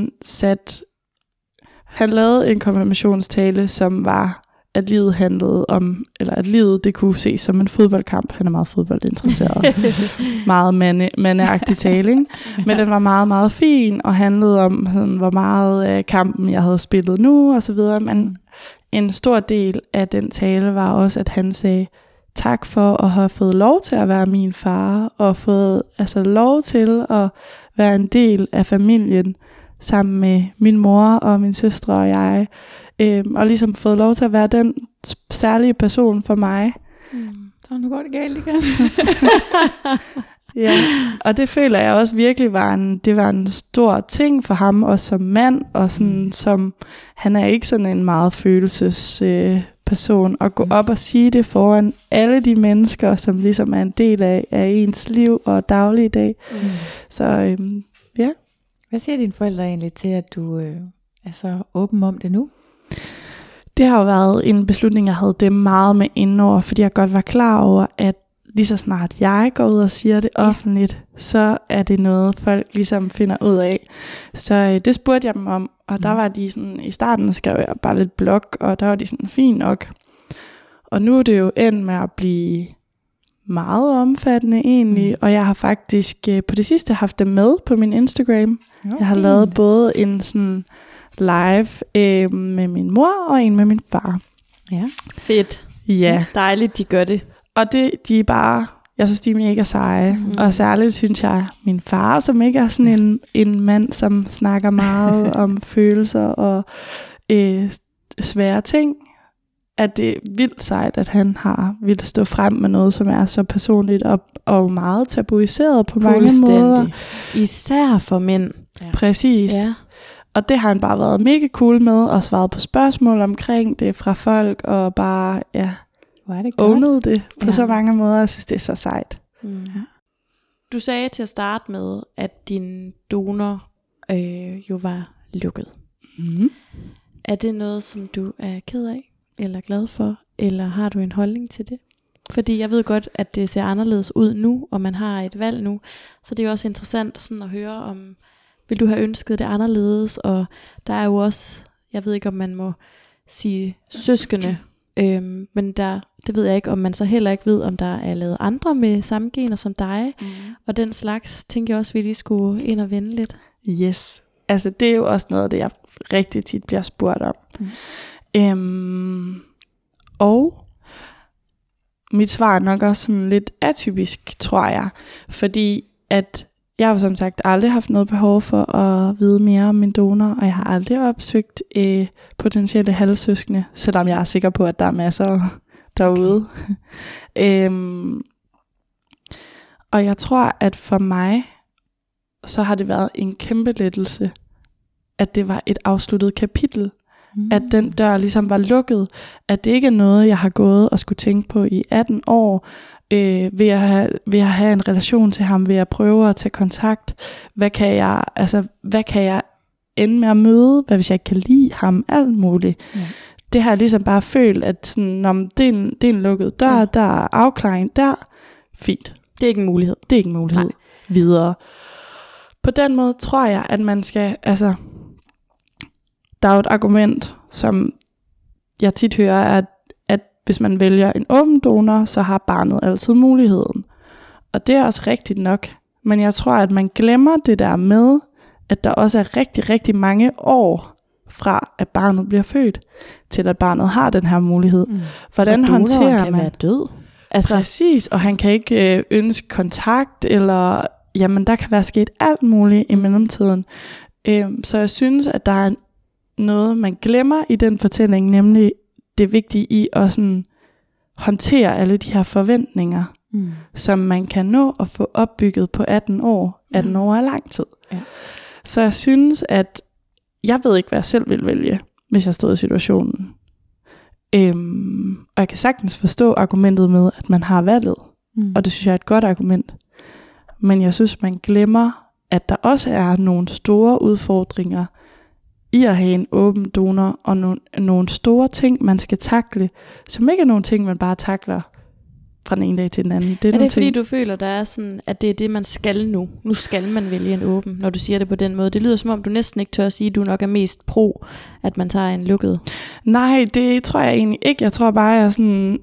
Speaker 3: han lavede en konfirmationstale, som var, at livet handlede om, eller at livet det kunne ses som en fodboldkamp. Han er meget fodboldinteresseret. Meget mandeagtig tale, ikke? Men den var meget, meget fin, og handlede om, sådan, hvor meget kampen jeg havde spillet nu, og så videre. Men en stor del af den tale var også, at han sagde, tak for at have fået lov til at være min far, og fået lov til at være en del af familien, sammen med min mor og min søstre og jeg, og ligesom fået lov til at være den særlige person for mig.
Speaker 1: Så nu går det galt igen.
Speaker 3: Ja, og det føler jeg også virkelig var en stor ting for ham, også som mand, og sådan, som han er ikke sådan en meget følelsesperson, at gå op og sige det foran alle de mennesker, som ligesom er en del af ens liv og dagligdag. Så ja.
Speaker 1: Hvad siger dine forældre egentlig til, at du er så åben om det nu?
Speaker 3: Det har jo været en beslutning, jeg havde dem meget med indover, fordi jeg godt var klar over, at lige så snart jeg går ud og siger det offentligt, så er det noget, folk ligesom finder ud af. Så det spurgte jeg dem om, og der var de sådan, i starten skrev jeg bare lidt blog, og der var de sådan, fint nok. Og nu er det jo endt med at blive meget omfattende egentlig, og jeg har faktisk på det sidste haft dem med på min Instagram. Okay. Jeg har lavet både en sådan live med min mor og en med min far.
Speaker 2: Ja. Fedt.
Speaker 3: Ja.
Speaker 2: Dejligt, de gør det.
Speaker 3: Og de er bare, jeg synes, de er mega seje. Og særligt synes jeg, min far, som ikke er sådan en mand, som snakker meget om følelser og svære ting, at det er vildt sejt, at han har vildt stå frem med noget, som er så personligt og meget tabuiseret på mange måder.
Speaker 2: Især for mænd.
Speaker 3: Ja. Præcis.
Speaker 2: Ja.
Speaker 3: Og det har han bare været mega cool med, og svaret på spørgsmål omkring det fra folk, og bare, ownede det på så mange måder. Jeg synes, det er så sejt.
Speaker 2: Du sagde til at starte med, at din donor jo var lukket. Er det noget, som du er ked af, eller glad for, eller har du en holdning til det? Fordi jeg ved godt, at det ser anderledes ud nu, og man har et valg nu, så det er jo også interessant sådan at høre om, vil du have ønsket det anderledes, og der er jo også, jeg ved ikke om man må sige søskende, men det ved jeg ikke, om man så heller ikke ved, om der er lavet andre med samme gener som dig, og den slags, tænker jeg også, vi lige skulle ind og vende lidt.
Speaker 3: Yes, altså det er jo også noget af det, jeg rigtig tit bliver spurgt om. Og mit svar er nok også sådan lidt atypisk, tror jeg, fordi at jeg har som sagt aldrig haft noget behov for at vide mere om min donor, og jeg har aldrig opsøgt potentielle halvsøskende, selvom jeg er sikker på, at der er masser derude. Okay. Og jeg tror, at for mig, så har det været en kæmpe lettelse at det var et afsluttet kapitel. At den dør ligesom var lukket. At det ikke er noget, jeg har gået og skulle tænke på i 18 år. Ved at have en relation til ham, ved at prøve at tage kontakt. Hvad kan jeg ende med at møde? Hvad hvis jeg ikke kan lide ham? Alt muligt. Ja. Det har jeg ligesom bare følt, at sådan, det er en lukket dør, der er afklaring der. Fint.
Speaker 2: Det er ikke en mulighed.
Speaker 3: Det er ikke en mulighed. Nej. Videre. På den måde tror jeg, at man skal, der er jo et argument, som jeg tit hører, at hvis man vælger en åben donor, så har barnet altid muligheden. Og det er også rigtigt nok. Men jeg tror, at man glemmer det der med, at der også er rigtig, rigtig mange år fra, at barnet bliver født, til at barnet har den her mulighed. Hvordan håndterer man?
Speaker 2: Kan være død.
Speaker 3: Præcis, og han kan ikke ønske kontakt, eller jamen, der kan være sket alt muligt i mellemtiden. Så jeg synes, at der er noget, man glemmer i den fortælling, nemlig det vigtige i at sådan håndtere alle de her forventninger, som man kan nå at få opbygget på 18 år. 18 år er lang tid. Ja. Så jeg synes, at jeg ved ikke, hvad jeg selv vil vælge, hvis jeg stod i situationen. Og jeg kan sagtens forstå argumentet med, at man har valget. Og det synes jeg er et godt argument. Men jeg synes, man glemmer, at der også er nogle store udfordringer i at have en åben donor, og nogle store ting, man skal takle, som ikke er nogle ting, man bare takler fra den ene dag til den anden.
Speaker 2: Det er det fordi, du føler, der er sådan, at det er det, man skal nu? Nu skal man vælge en åben, når du siger det på den måde. Det lyder som om, du næsten ikke tør at sige, at du nok er mest pro, at man tager en lukket.
Speaker 3: Nej, det tror jeg egentlig ikke. Jeg tror bare, jeg er sådan,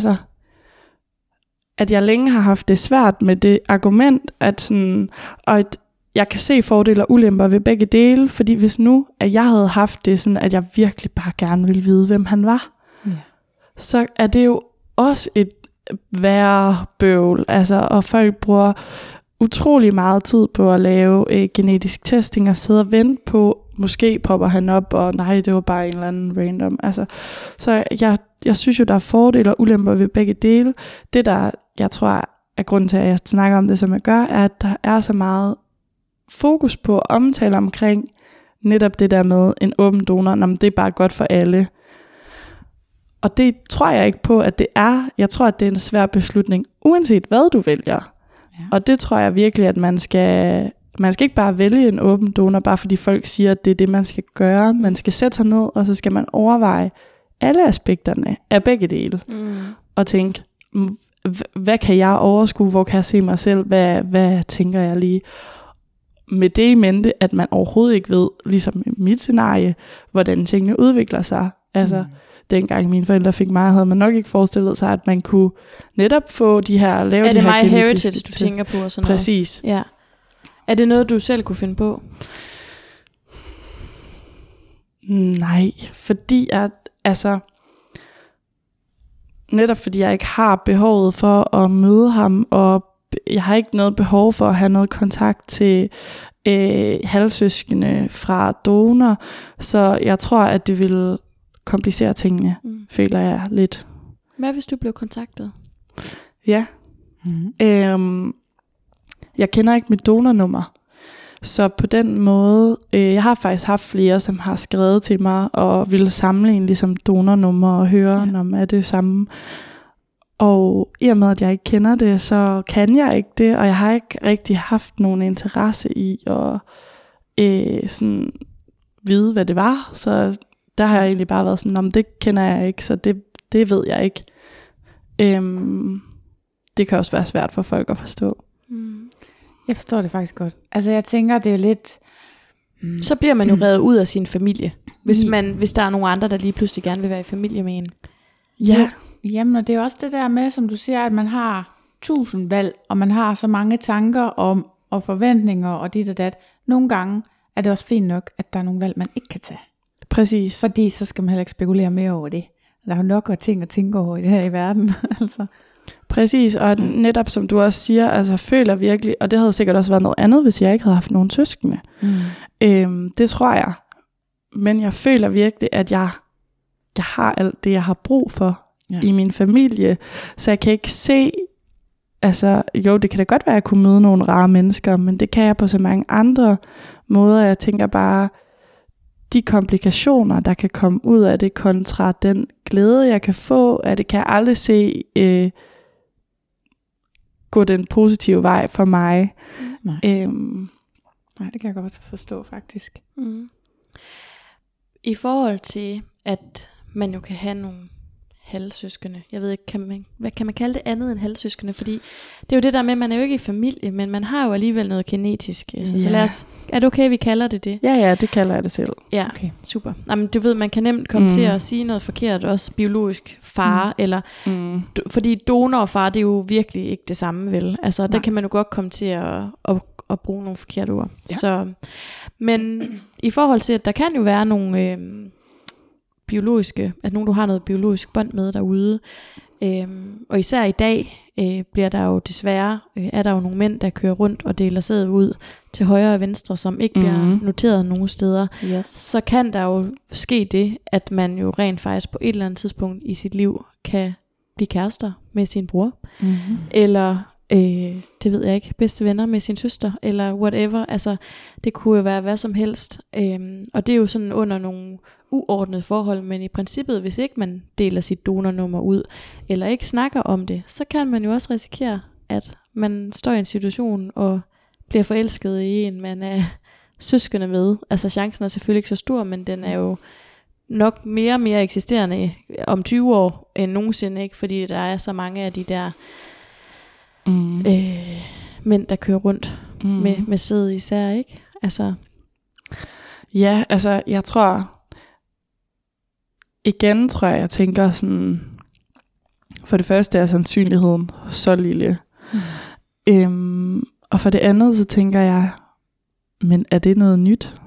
Speaker 3: at jeg længe har haft det svært med det argument, og jeg kan se fordele og ulemper ved begge dele, fordi hvis nu, at jeg havde haft det sådan, at jeg virkelig bare gerne ville vide, hvem han var, så er det jo også et værre bøvl, og folk bruger utrolig meget tid på at lave genetisk testing og sidde og vente på, måske popper han op, og nej, det var bare en eller anden random. Så jeg synes jo, der er fordele og ulemper ved begge dele. Det der, jeg tror, er grunden til, at jeg snakker om det, som jeg gør, er, at der er så meget fokus på at omtale omkring netop det der med en åben donor, når det er bare godt for alle. Og det tror jeg ikke på, at det er. Jeg tror, at det er en svær beslutning, uanset hvad du vælger. Ja. Og det tror jeg virkelig, at man skal ikke bare vælge en åben donor, bare fordi folk siger, at det er det, man skal gøre. Man skal sætte sig ned, og så skal man overveje alle aspekterne af begge dele. Og tænke, hvad kan jeg overskue? Hvor kan jeg se mig selv? Hvad tænker jeg lige? Med det i mente, at man overhovedet ikke ved, ligesom i mit scenarie, hvordan tingene udvikler sig. Dengang mine forældre fik mig, havde man nok ikke forestillet sig, at man kunne netop få de her, lave de her genetiske... Er
Speaker 2: det MyHeritage, du tænker på? Og sådan
Speaker 3: Præcis.
Speaker 2: Noget? Ja. Er det noget, du selv kunne finde på?
Speaker 3: Nej, fordi netop fordi jeg ikke har behovet for at møde ham, og jeg har ikke noget behov for at have noget kontakt til halvsøskende fra donor, så jeg tror, at det vil komplicere tingene, føler jeg lidt.
Speaker 2: Hvad hvis du blev kontaktet?
Speaker 3: Ja. Jeg kender ikke mit donornummer, så på den måde, jeg har faktisk haft flere, som har skrevet til mig og ville sammenligne ligesom donornummer og høre, om er det samme. Og i og med, at jeg ikke kender det, så kan jeg ikke det, og jeg har ikke rigtig haft nogen interesse i at sådan vide, hvad det var. Så der har jeg egentlig bare været sådan, det kender jeg ikke, så det ved jeg ikke. Det kan også være svært for folk at forstå.
Speaker 1: Jeg forstår det faktisk godt. Jeg tænker, det er lidt...
Speaker 2: Så bliver man jo revet ud af sin familie, hvis der er nogle andre, der lige pludselig gerne vil være i familie med en.
Speaker 1: Ja. Jamen, og det er også det der med, som du siger, at man har 1000 valg, og man har så mange tanker om, og forventninger og dit og dat. Nogle gange er det også fint nok, at der er nogle valg, man ikke kan tage.
Speaker 3: Præcis.
Speaker 1: Fordi så skal man heller ikke spekulere mere over det. Der er jo nok af ting at tænke over i det her i verden.
Speaker 3: Præcis, og netop som du også siger, føler virkelig, og det havde sikkert også været noget andet, hvis jeg ikke havde haft nogen søskende. Det tror jeg. Men jeg føler virkelig, at jeg har alt det, jeg har brug for i min familie. Så jeg kan ikke se, jo, det kan da godt være, at jeg kunne møde nogle rare mennesker, men det kan jeg på så mange andre måder. Jeg tænker bare, de komplikationer, der kan komme ud af det, kontra den glæde, jeg kan få af det, kan jeg aldrig se gå den positive vej for mig.
Speaker 1: Nej, Nej, det kan jeg godt forstå faktisk.
Speaker 2: Mm. I forhold til, at man jo kan have nogle halvsøskende. Jeg ved ikke, hvad kan man kalde det andet end halvsøskende? Fordi det er jo det der med, at man er jo ikke i familie, men man har jo alligevel noget genetisk. Altså, så lad os, er det okay, vi kalder det det?
Speaker 3: Ja, det kalder jeg det selv.
Speaker 2: Ja, okay. Super. Jamen, du ved, man kan nemt komme til at sige noget forkert, også biologisk far, eller fordi donor og far, det er jo virkelig ikke det samme, vel? Altså, der kan man jo godt komme til at bruge nogle forkerte ord. Ja. Så, men i forhold til, at der kan jo være nogle biologiske, at nogen du har noget biologisk bånd med derude, og især i dag bliver der jo desværre, er der jo nogle mænd, der kører rundt og deler sæd ud til højre og venstre, som ikke bliver noteret nogen steder. Yes. Så kan der jo ske det, at man jo rent faktisk på et eller andet tidspunkt i sit liv kan blive kærester med sin bror, eller det ved jeg ikke, bedste venner med sin søster, eller whatever. Altså, det kunne jo være hvad som helst. Og det er jo sådan under nogle uordnede forhold, men i princippet, hvis ikke man deler sit donornummer ud, eller ikke snakker om det, så kan man jo også risikere, at man står i en situation og bliver forelsket i en, man er søskende med. Altså chancen er selvfølgelig ikke så stor, men den er jo nok mere og mere eksisterende om 20 år end nogensinde, ikke? Fordi der er så mange af de der mænd, der kører rundt med sæd især, ikke? Altså.
Speaker 3: Ja, altså jeg tror jeg tænker sådan, for det første er sandsynligheden så lille. Og for det andet så tænker jeg, men er det noget nyt?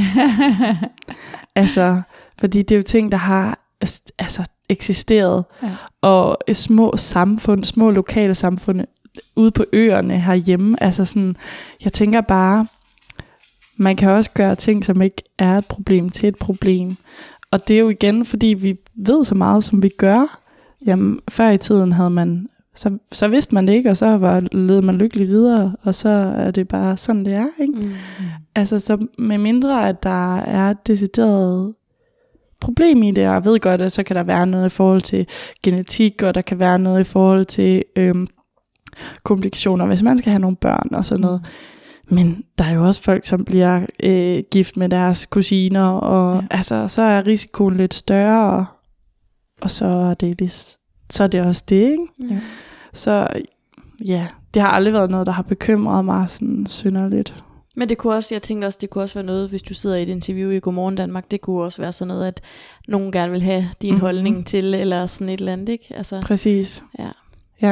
Speaker 3: Altså, fordi det er jo ting, der har eksisteret, og små lokale samfund ude på øerne herhjemme, altså sådan, jeg tænker bare, man kan også gøre ting, som ikke er et problem, til et problem. Og det er jo igen, fordi vi ved så meget, som vi gør. Jamen, før i tiden havde man, så vidste man det ikke, og så led man lykkeligt videre, og så er det bare sådan, det er, ikke? Altså, så med mindre, at der er et decideret problem i det, og jeg ved godt, at så kan der være noget i forhold til genetik, og der kan være noget i forhold til komplikationer, hvis man skal have nogle børn og sådan noget. Men der er jo også folk, som bliver gift med deres kusiner, og altså, så er risikoen lidt større, og så er det også det, ikke? Ja. Så ja, det har aldrig været noget, der har bekymret mig sådan synderligt.
Speaker 2: Men det kunne også, jeg tænkte også, det kunne også være noget, hvis du sidder i et interview i Godmorgen Danmark, det kunne også være sådan noget, at nogen gerne vil have din holdning til, eller sådan et eller andet, ikke? Altså,
Speaker 3: præcis.
Speaker 2: Ja.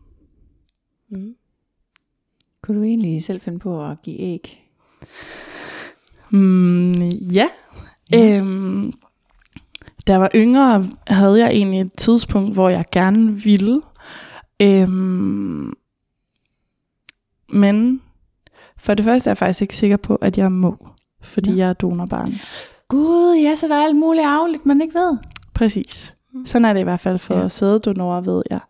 Speaker 1: Kunne du egentlig selv finde på at give æg?
Speaker 3: Ja. Da jeg var yngre, havde jeg egentlig et tidspunkt, hvor jeg gerne ville. Men for det første er jeg faktisk ikke sikker på, at jeg må, fordi jeg er donorbarn.
Speaker 1: Gud, ja, så der er alt muligt arveligt, man ikke ved.
Speaker 3: Præcis. Sådan er det i hvert fald for sæddonorer, ved jeg.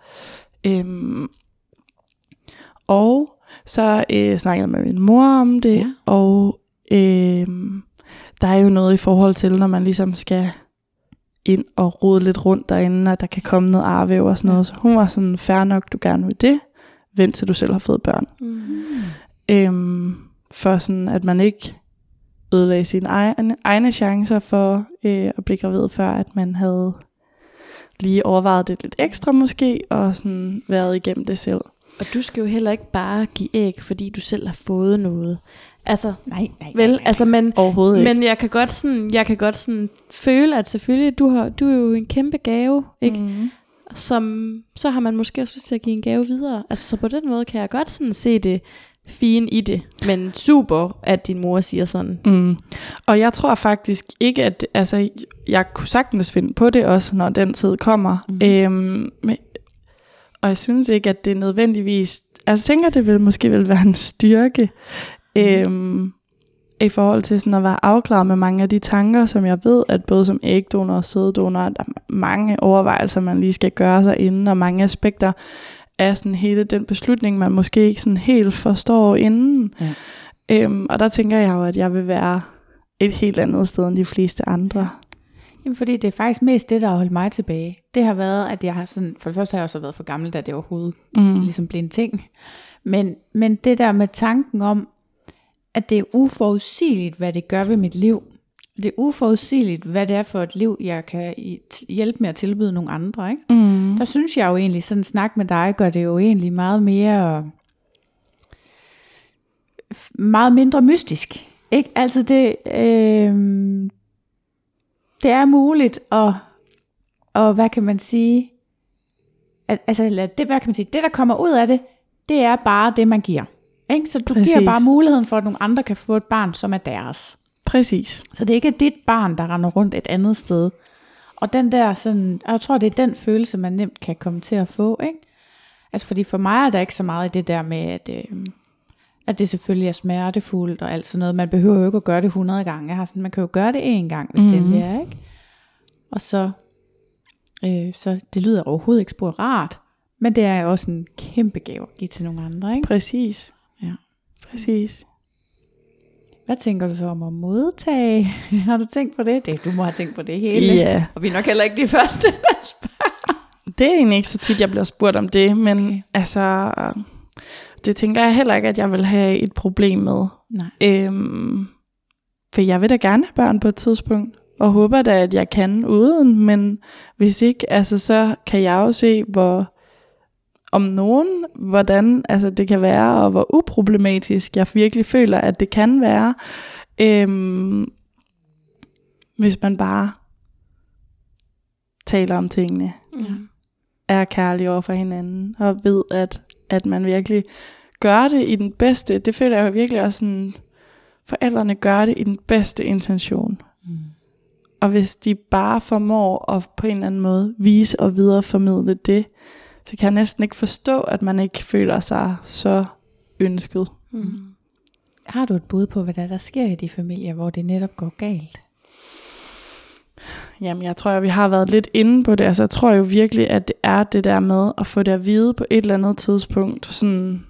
Speaker 3: Og så snakkede jeg med min mor om det, og der er jo noget i forhold til, når man ligesom skal ind og rode lidt rundt derinde, og der kan komme noget arvæv og sådan noget. Så hun var sådan, fair nok, du gerne vil det. Vent til du selv har fået børn. For sådan, at man ikke ødelagde sine egne chancer for at blive gravid, før at man havde lige overvejet det lidt ekstra måske, og sådan været igennem det selv. Og
Speaker 2: du skal jo heller ikke bare give æg, fordi du selv har fået noget. Altså,
Speaker 1: nej.
Speaker 2: Altså, men
Speaker 3: overhovedet ikke.
Speaker 2: Men jeg kan godt sådan føle, at selvfølgelig, du er jo en kæmpe gave, ikke? Som, så har man måske også lyst til at give en gave videre. Altså, så på den måde kan jeg godt sådan se det fine i det. Men super, at din mor siger sådan.
Speaker 3: Og jeg tror faktisk ikke, at altså, jeg kunne sagtens finde på det også, når den tid kommer. Og jeg synes ikke, at det er nødvendigvis, altså jeg tænker, det måske vil være en styrke, i forhold til sådan at være afklaret med mange af de tanker, som jeg ved, at både som ægdonor og sæddonor, der er mange overvejelser, man lige skal gøre sig inden, og mange aspekter af sådan hele den beslutning, man måske ikke sådan helt forstår inden. Og der tænker jeg jo, at jeg vil være et helt andet sted end de fleste andre.
Speaker 1: Jamen, fordi det er faktisk mest det, der har holdt mig tilbage. Det har været, at jeg har sådan, for det første har jeg også været for gammel, da det overhovedet ligesom blev en ting. Men det der med tanken om, at det er uforudsigeligt, hvad det gør ved mit liv. Det er uforudsigeligt, hvad det er for et liv, jeg kan hjælpe med at tilbyde nogle andre. Ikke? Der synes jeg jo egentlig, sådan en snak med dig, gør det jo egentlig meget mindre mystisk. Ikke? Altså det er muligt og hvad kan man sige, det der kommer ud af det, det er bare det, man giver. Ikke? Så du giver bare muligheden for, at nogle andre kan få et barn, som er deres.
Speaker 3: Præcis.
Speaker 1: Så det er ikke dit barn, der render rundt et andet sted. Og den der sådan, jeg tror, det er den følelse, man nemt kan komme til at få. Ikke? Altså fordi for mig er der ikke så meget i det der med, at det selvfølgelig er smertefuldt og alt sådan noget. Man behøver jo ikke at gøre det 100 gange. Man kan jo gøre det én gang, hvis det er, ikke? Og så det lyder overhovedet ikke spor rart, men det er også en kæmpe gave at give til nogle andre, ikke?
Speaker 3: Præcis.
Speaker 1: Ja.
Speaker 3: Præcis.
Speaker 1: Hvad tænker du så om at modtage? Har du tænkt på det? Du må have tænkt på det hele.
Speaker 3: Ja.
Speaker 1: Og vi er nok heller ikke de første, der spørger.
Speaker 3: Det er egentlig ikke så tit, jeg bliver spurgt om det, men altså, det tænker jeg heller ikke, at jeg vil have et problem med.
Speaker 1: Nej.
Speaker 3: For jeg vil da gerne have børn på et tidspunkt, og håber da, at jeg kan uden, men hvis ikke, altså, så kan jeg jo se, hvordan altså, det kan være, og hvor uproblematisk jeg virkelig føler, at det kan være, hvis man bare taler om tingene, er kærlig over for hinanden, og ved, at man virkelig gør det i den bedste, det føler jeg jo virkelig også sådan, forældrene gør det i den bedste intention. Og hvis de bare formår at på en eller anden måde vise og videreformidle det, så kan jeg næsten ikke forstå, at man ikke føler sig så ønsket.
Speaker 1: Har du et bud på, hvad der sker i de familier, hvor det netop går galt?
Speaker 3: Jamen, jeg tror, at vi har været lidt inde på det. Altså, jeg tror jo virkelig, at det er det der med at få det at vide på et eller andet tidspunkt, sådan,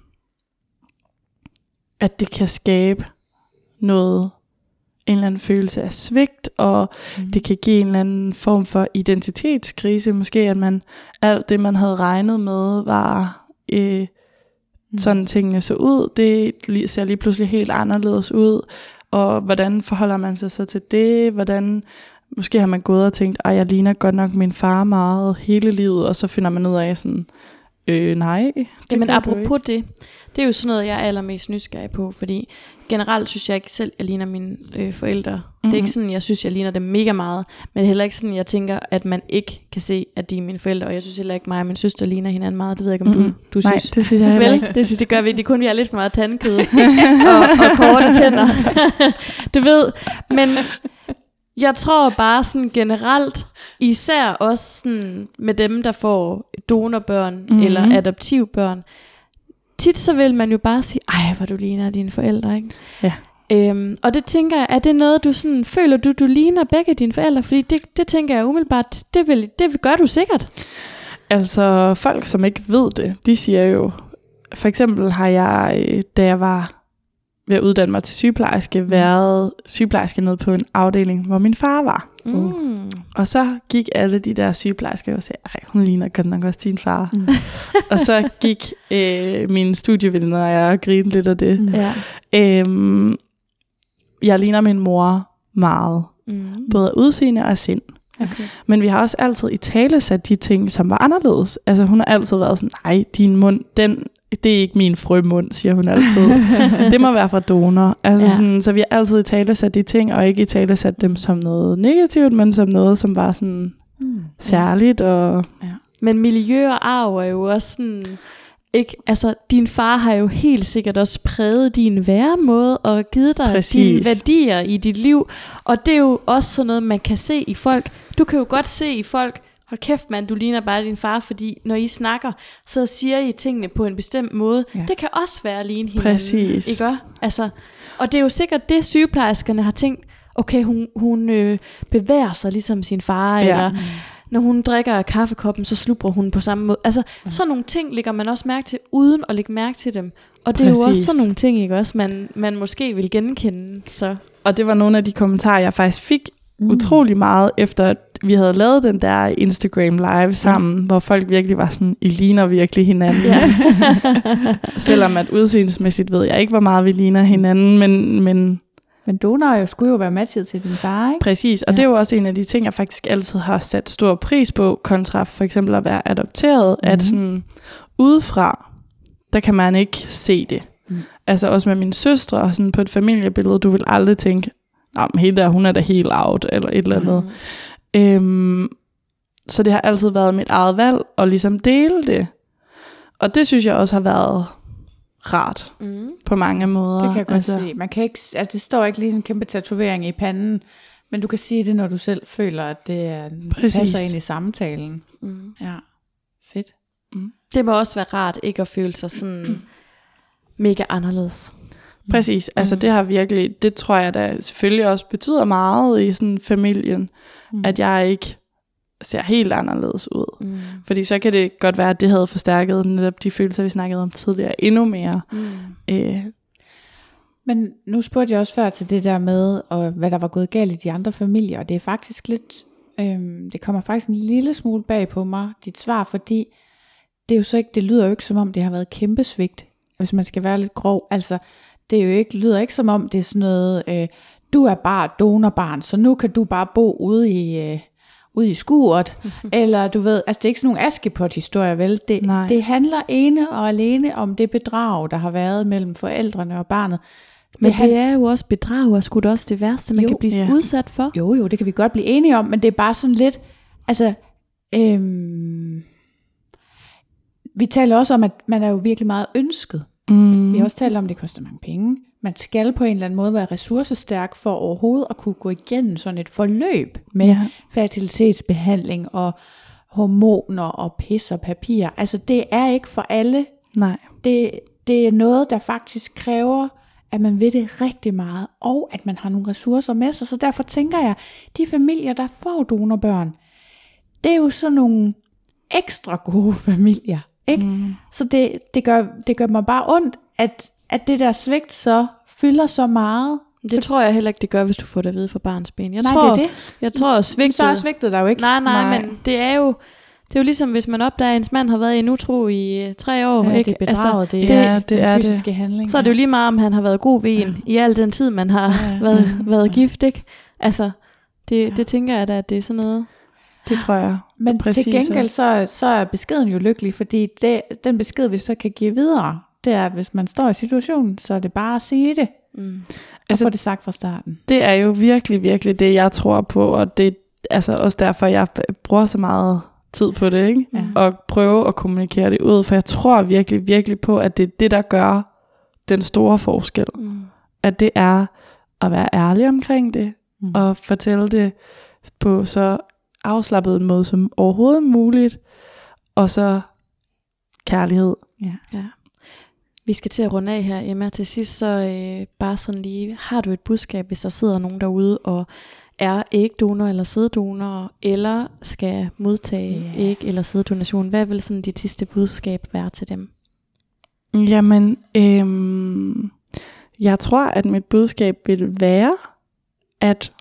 Speaker 3: at det kan skabe noget, en eller anden følelse af svigt, og det kan give en eller anden form for identitetskrise. Måske, at alt det, man havde regnet med, var sådan tingene så ud. Det ser lige pludselig helt anderledes ud. Og hvordan forholder man sig så til det? Måske har man gået og tænkt, at jeg ligner godt nok min far meget hele livet, og så finder man ud af sådan, nej.
Speaker 2: Jamen apropos det er jo sådan noget, jeg er allermest nysgerrig på, fordi generelt synes jeg ikke selv, jeg ligner mine forældre. Det er ikke sådan, jeg synes, jeg ligner dem mega meget, men heller ikke sådan, jeg tænker, at man ikke kan se, at de er mine forældre, og jeg synes heller ikke, mig og min søster ligner hinanden meget. Det ved jeg ikke, om du
Speaker 3: Nej,
Speaker 2: synes.
Speaker 3: det synes jeg heller ikke.
Speaker 2: Det gør vi. Det er kun, vi har lidt for meget tandkød og korte tænder. Du ved, men jeg tror bare sådan generelt, især også sådan med dem, der får donorbørn eller adoptivbørn, tit så vil man jo bare sige, ej, hvor du ligner dine forældre, ikke?
Speaker 3: Ja.
Speaker 2: Og det tænker jeg, er det noget, du sådan, føler du ligner begge dine forældre? Fordi det tænker jeg umiddelbart, det gør du sikkert.
Speaker 3: Altså, folk som ikke ved det, de siger jo, for eksempel har jeg, da jeg var ved at uddanne mig til sygeplejerske, været sygeplejerske nede på en afdeling, hvor min far var. Og så gik alle de der sygeplejersker og sagde, ej, hun ligner godt nok også din far. Og så gik mine studievenner og jeg og grinede lidt af det. Jeg ligner min mor meget. Både af udseende og af sind.
Speaker 2: Okay.
Speaker 3: Men vi har også altid i tale sat de ting, som var anderledes. Altså hun har altid været sådan, nej, din mund, det er ikke min frømund, siger hun altid. Det må være fra donor. Altså sådan, så vi har altid i tale sat de ting, og ikke i tale sat dem som noget negativt, men som noget, som var sådan særligt. Og
Speaker 2: Men miljø og arv er jo også sådan, ikke, altså din far har jo helt sikkert også præget din væremåde og givet dig dine værdier i dit liv, og det er jo også sådan noget, man kan se i folk. Du kan jo godt se i folk, hold kæft mand, du ligner bare din far, fordi når I snakker, så siger I tingene på en bestemt måde. Det kan også være at ligne hinanden.
Speaker 3: Præcis.
Speaker 2: Ikke? Altså, og det er jo sikkert det, sygeplejerskerne har tænkt, okay, hun bevæger sig ligesom sin far, eller når hun drikker af kaffekoppen, så slubrer hun på samme måde. Altså, sådan nogle ting lægger man også mærke til, uden at lægge mærke til dem. Og det er jo også
Speaker 3: Præcis.
Speaker 2: sådan nogle ting, ikke også, man måske vil genkende. Så.
Speaker 3: Og det var nogle af de kommentarer, jeg faktisk fik utrolig meget, efter at vi havde lavet den der Instagram live sammen, hvor folk virkelig var sådan, I ligner virkelig hinanden.
Speaker 2: Ja.
Speaker 3: Selvom at udseendemæssigt ved jeg ikke, hvor meget vi ligner hinanden, men
Speaker 1: Men donor skulle jo være matchet til din far, ikke?
Speaker 3: præcis. Og det er jo også en af de ting, jeg faktisk altid har sat stor pris på, kontra for eksempel at være adopteret, at sådan udefra, der kan man ikke se det. Altså også med mine søstre og sådan på et familiebillede, du vil aldrig tænke, hende der, hun er da helt out, eller et eller andet. Så det har altid været mit eget valg, at ligesom dele det. Og det synes jeg også har været rart, på mange måder.
Speaker 1: Det kan jeg godt se. Man kan ikke, altså det står ikke lige en kæmpe tatovering i panden, men du kan sige det, når du selv føler, at det passer ind i samtalen. Ja, fedt.
Speaker 2: Det må også være rart ikke at føle sig sådan mega anderledes.
Speaker 3: Præcis, altså det har virkelig, det tror jeg da selvfølgelig også betyder meget i sådan familien, at jeg ikke ser helt anderledes ud. Fordi så kan det godt være, at det havde forstærket netop de følelser, vi snakkede om tidligere, endnu mere.
Speaker 1: Men nu spurgte jeg også før til det der med, og hvad der var gået galt i de andre familier, og det er faktisk lidt, det kommer faktisk en lille smule bag på mig, dit svar, fordi det er jo så ikke, det lyder jo ikke som om, det har været kæmpe svigt, hvis man skal være lidt grov. Altså, det er jo ikke, lyder ikke som om, det er sådan noget, du er bare donorbarn, så nu kan du bare bo ude i skuret, eller du ved, altså det er ikke sådan nogle Askepot-historier, vel? Det handler ene og alene om det bedrag, der har været mellem forældrene og barnet.
Speaker 2: Men det er jo også bedrag, og sgu da også det værste, man kan blive udsat for.
Speaker 1: Jo, det kan vi godt blive enige om, men det er bare sådan lidt, altså, vi taler også om, at man er jo virkelig meget ønsket. Vi har også talt om, at det koster mange penge. Man skal på en eller anden måde være ressourcestærk for overhovedet at kunne gå igennem sådan et forløb med fertilitetsbehandling og hormoner og pis og papir. Altså det er ikke for alle.
Speaker 3: Nej.
Speaker 1: Det er noget, der faktisk kræver, at man ved det rigtig meget, og at man har nogle ressourcer med sig. Så derfor tænker jeg, de familier, der får donorbørn, det er jo sådan nogle ekstra gode familier. Ikke? Så det gør mig bare ondt, at det der svigt så fylder så meget.
Speaker 2: Det tror jeg heller ikke, det gør, hvis du får det at vide fra barns ben.
Speaker 1: Det er det.
Speaker 2: Jeg tror, at svigtet...
Speaker 1: Så er svigtet der jo ikke.
Speaker 2: Nej, men det er jo ligesom, hvis man opdager, at ens mand har været i en utro i 3 år.
Speaker 1: Ja,
Speaker 2: ikke?
Speaker 1: Det er bedraget,
Speaker 2: det
Speaker 1: er den fysiske handling.
Speaker 2: Så er det jo lige meget, om han har været god ved en i al den tid, man har været gift, ikke? Altså, det tænker jeg da, at det er sådan noget...
Speaker 3: Det tror jeg.
Speaker 1: Men til gengæld så er beskeden jo lykkelig, fordi den besked, vi så kan give videre, det er, at hvis man står i situationen, så er det bare at sige det. Og få det sagt fra starten.
Speaker 3: Det er jo virkelig, virkelig det, jeg tror på, og det er altså også derfor, jeg bruger så meget tid på det, ikke? Ja. Og prøve at kommunikere det ud, for jeg tror virkelig, virkelig på, at det er det, der gør den store forskel. At det er at være ærlig omkring det, og fortælle det på så afslappet en måde som overhovedet muligt, og så kærlighed.
Speaker 2: Ja. Vi skal til at runde af her, Emma. Til sidst så bare sådan lige, har du et budskab, hvis der sidder nogen derude og er ægdonor eller sæddonor, eller skal modtage æg- eller sæddonation? Hvad vil sådan dit sidste budskab være til dem?
Speaker 3: Jamen, jeg tror, at mit budskab vil være, at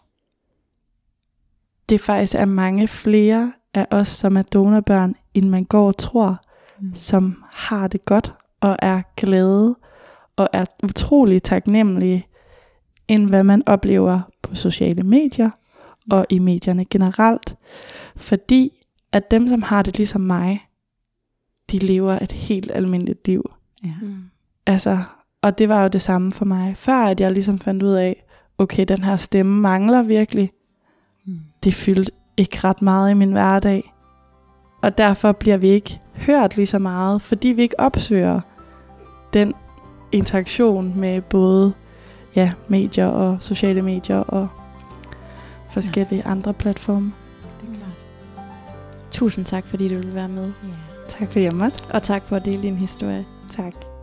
Speaker 3: det faktisk er mange flere af os, som er donorbørn, end man går og tror, som har det godt, og er glade, og er utrolig taknemmelige, end hvad man oplever på sociale medier, og i medierne generelt. Fordi at dem, som har det ligesom mig, de lever et helt almindeligt liv.
Speaker 1: Ja.
Speaker 3: Altså, og det var jo det samme for mig, før at jeg ligesom fandt ud af, okay, den her stemme mangler virkelig. Det fyldte ikke ret meget i min hverdag. Og derfor bliver vi ikke hørt lige så meget, fordi vi ikke opsøger den interaktion med både medier og sociale medier og forskellige andre platforme.
Speaker 1: Det er klart.
Speaker 2: Tusind tak, fordi du ville være med.
Speaker 1: Ja.
Speaker 3: Tak for hjemmet.
Speaker 2: Og tak for at dele din historie.
Speaker 3: Tak.